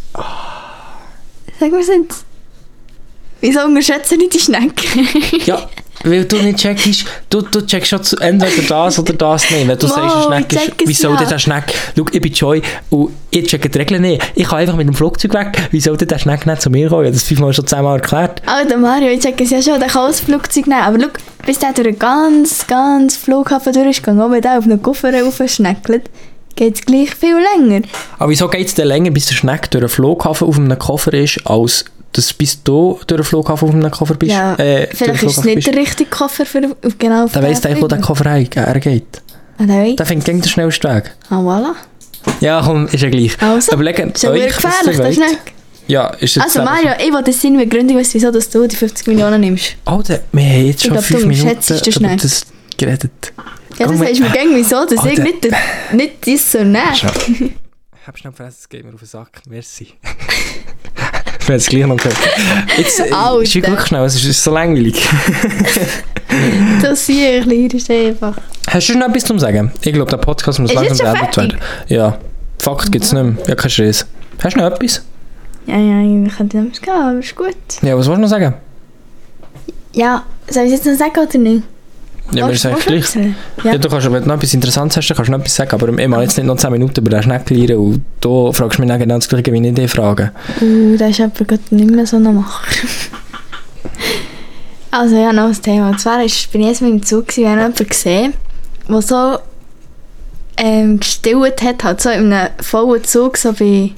Sag mir jetzt. Wieso unterschätze ich die Schnecke? Ja, weil du nicht checkst, du, du checkst schon zu, entweder das oder das nicht. Wenn du Wow, sagst, ein Schneck ich ist, check es wie soll ja. denn der Schneck... Schau, ich bin Joy und ich checke die Regeln nicht. Ich kann einfach mit dem Flugzeug weg. Wie soll denn der Schneck nicht zu mir kommen? Ich habe das fünfmal schon zehnmal erklärt. Alter Mario, ich check es ja schon, der kann auch das Flugzeug nehmen. Aber schau, bis der durch den ganz, ganz Flughafen durch ist gegangen, auch wenn der auf einen Koffer raufschneckelt, geht es gleich viel länger. Aber wieso geht es denn länger, bis der Schneck durch einen Flughafen auf einem Koffer ist, als dass bis du durch den Flughafen auf einem Koffer bist. Ja, äh, vielleicht ist es nicht der richtige Koffer für genau auf der weiss eigentlich, wo der Koffer hergeht. Ah, der weiss. Der findet gegen den schnellsten Weg. Ah, voilà. Ja, komm, ist ja gleich. Also, Überlegen, ist ja euch, gefährlich, was ihr das ist wollt. nicht... Ja, ist jetzt Also Mario, ich will das Sinn begründen, weiss, wieso dass du die fünfzig Millionen nimmst. Alter, wir haben jetzt Ich schon glaub, fünf du Minuten schätzt das über schnell. das geredet. Ja, das Komm, sagst du mir gegen wieso, dass ich Alter. nicht, der- nicht das so nehmen. Ich hab schnell vergessen, es geht mir auf den Sack. Merci. Ich werde es gleich noch gehört. Jetzt, äh, Alter. ist wirklich schnell, es ist, es ist so langweilig. Das sehe ich, klein, ist einfach. Hast du noch etwas zu sagen? Ich glaube, der Podcast muss Ist langsam jetzt schon beendet fertig? werden. Ja, Fakt gibt es nicht mehr. Ja, kein Stress. Hast du noch etwas? Ja, ja, ich könnte nicht mehr gehen, aber ist gut. Ja, was willst du noch sagen? Ja, soll ich es jetzt noch sagen oder nicht? Ja, mir ist eigentlich gleich. Ja. Ja. Du kannst, wenn du noch etwas Interessantes hast, dann kannst du noch etwas sagen. Aber ich mache jetzt nicht noch zehn Minuten über den Schnecklieren und du fragst mich dann genau das Gleiche, wie ich dich frage. Uh, da ist aber gerade nicht mehr so ein Macher. Also ja, noch ein Thema. Und zwar ist, bin ich jetzt mit dem Zug gewesen, wir haben jemanden gesehen, der so ähm, gestillt hat, halt so in einem vollen Zug, so bei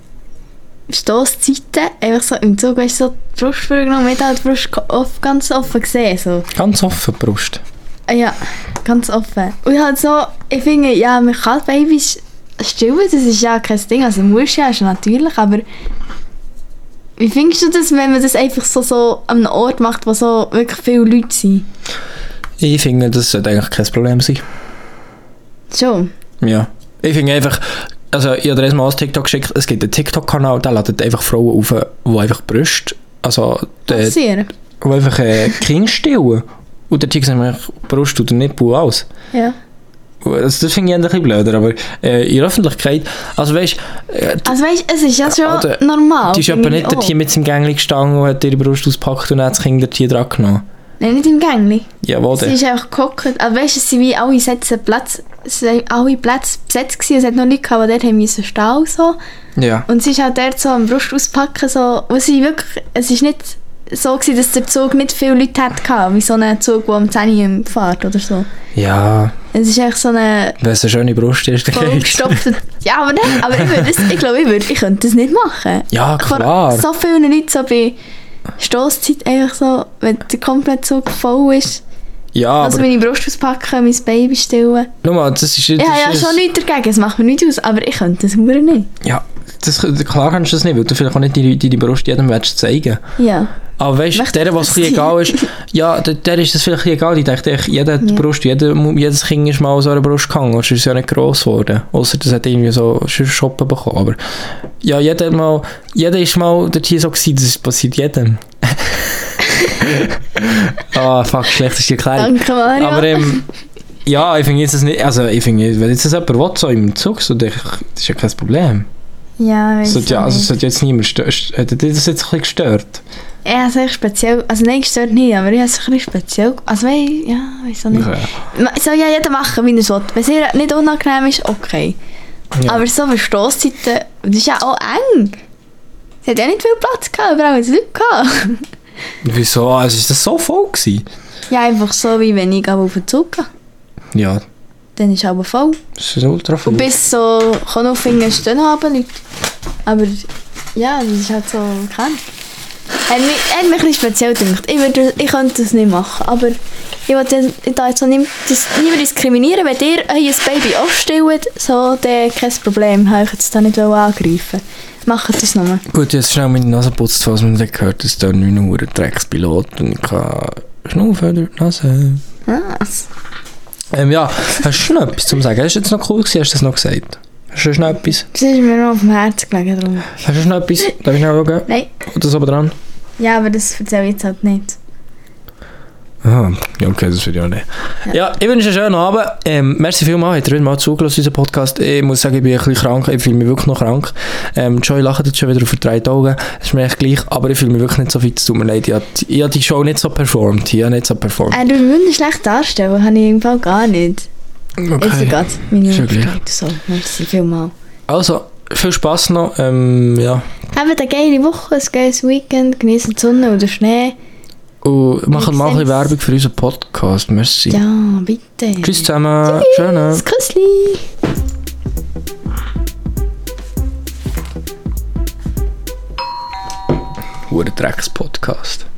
Stosszeiten, einfach so im Zug, weißt du, so die Brust vorgenommen, mit halt die Brust off, ganz offen gesehen, so. Ganz offen, die Brust. Ah ja, ganz offen. Und halt so, ich finde, ja, man kann Babys stillen, das ist ja kein Ding, also muss ja, ist natürlich, aber wie findest du das, wenn man das einfach so, so an einem Ort macht, wo so wirklich viele Leute sind? Ich finde, das sollte eigentlich kein Problem sein. Schon? Ja. Ich finde einfach, also ich habe dir erstmal als TikTok geschickt, es gibt einen TikTok-Kanal, der ladet einfach Frauen auf, die einfach Brüste, also die, Passieren? die einfach äh, Kinder stillen. Und der Tick sagt mir, Brust oder Nippel aus. Ja. Das, das finde ich ein bisschen blöder, aber äh, in der Öffentlichkeit, also weißt äh, Also weißt du, es ist ja schon Alter, normal. die ist finde etwa ich nicht dort auch. hier mit seinem Gängli gestanden und hat ihre Brust ausgepackt und hat das Kind dort hier dran genommen. Nein, nicht im Gängli. Ja, wo Sie denn? ist einfach gehockt. Also weißt du, es sind wie alle Sätze Platz, es sind alle Plätze besetzt gewesen. Es hat noch Leute gehabt, die dort haben müssen stehen und so. Ja. Und sie ist halt dort so am Brust auspacken, so, wo sie wirklich, es ist nicht so gewesen, dass der Zug nicht viele Leute hatte, wie so ein Zug, der am zehn Uhr fährt oder so. Ja, Es ist echt so eine wenn es eine schöne Brust ist, dann geht's. vollgestopfte... Ja, aber nein, aber ich, würde das, ich glaube, ich, würde, ich könnte das nicht machen. Ja, Vor klar. so vielen Leuten so bei Stosszeit einfach so, wenn der komplette Zug voll ist, Ja, also aber meine Brust auspacken, mein Baby stillen. schau mal, das ist... Das Ich habe ja ist, schon nichts dagegen, es macht mir nichts aus, aber ich könnte das verdammt nicht. Ja, das, klar kannst du das nicht, weil du vielleicht auch nicht die, die, die Brust jedem willst zeigen. Ja. Aber weißt du, Möchte der, ich was das ein bisschen sein? egal ist, ja, der, der ist das vielleicht egal. Ich denke, jeder hat die Ja. Brust, jeder, jedes Kind ist mal an so einer Brust gehangen, sonst ist es ja nicht gross geworden. Ausser das hat irgendwie so Schoppen bekommen. Aber ja, jeder, mal, jeder ist mal dort hier so gewesen, das passiert jedem. Ah, oh, fuck, schlechteste Erklärung. Danke, Mario. Aber ähm, ja, ich finde jetzt das nicht, also ich finde, wenn jetzt das jemand will, so im Zug, so, das ist ja kein Problem. ja, weiss Sollte, ja, auch also nicht. sollte jetzt niemand stö- st- hätte dich das jetzt ein bisschen gestört? Ja, also ich speziell, also nein, gestört nicht, aber ich habe es ein bisschen speziell, also wei, ja, weiss auch nicht. Ja. Ma- Soll ja jeder machen, wie er es will. Wenn es ihr nicht unangenehm ist, okay. Ja. Aber so für Stosszeiten, das ist ja auch eng. Sie hat ja nicht viel Platz gehabt, überall hat es Leute gehabt. Wieso? Also ist das so voll gewesen? Ja, einfach so, wie wenn ich auf den Zug gehe. Ja, Dann ist es aber voll. das ist ultra viel. Und bis so Konofingen stehen noch aber Leute. Aber ja, das ist halt so bekannt. Hat mich, hat mich ein bisschen speziell gedacht. Ich, würde, ich könnte das nicht machen, aber ich wollte da jetzt auch nicht, das, niemand diskriminieren. Wenn ihr euer Baby aufstellt, so, dann kein Problem. Ich wollte jetzt da nicht angreifen. Macht das nochmal. Gut, jetzt schnell meine Nase putzt, falls man nicht gehört, dass da nicht nur ein Dreckspilot und ich kann schnaufen durch die Nase. Was? Ähm, ja, hast du noch etwas zu sagen? Hast du jetzt noch cool gewesen? Hast du das noch gesagt? Hast du noch etwas? Das ist mir noch auf dem Herzen gelegen. Darum. Hast du noch etwas? Darf ich noch schauen? Nein. Oder so dran? Ja, aber das erzähle ich jetzt halt nicht. Aha, ja okay, das würde ich auch nicht. Ja, ja ich wünsche einen schönen Abend. Ähm, merci vielmals, habt ihr wieder mal zugelassen, unseren Podcast. Ich muss sagen, ich bin ein bisschen krank, ich fühle mich wirklich noch krank. Ähm, Joy lacht jetzt schon wieder auf verdrehte Augen, das ist mir echt gleich, aber ich fühle mich wirklich nicht so fit, es tut mir leid. Ich habe ich habe die Show nicht so performt, ich habe nicht so performt. Äh, du würdest schlecht darstellen, habe ich im Fall gar nicht. Jetzt Okay. geht meine Ist ja gleich. Möglichkeit. So, merci vielmals. Also, viel Spass noch, ähm, ja. Habt eine geile Woche, ein geiles Weekend, genießt die Sonne oder Schnee. Und machen mal ein bisschen sehen's. Werbung für unseren Podcast, merci. Ja, bitte. Tschüss zusammen, schönen. Das Küssli. huren Drecks-Podcast.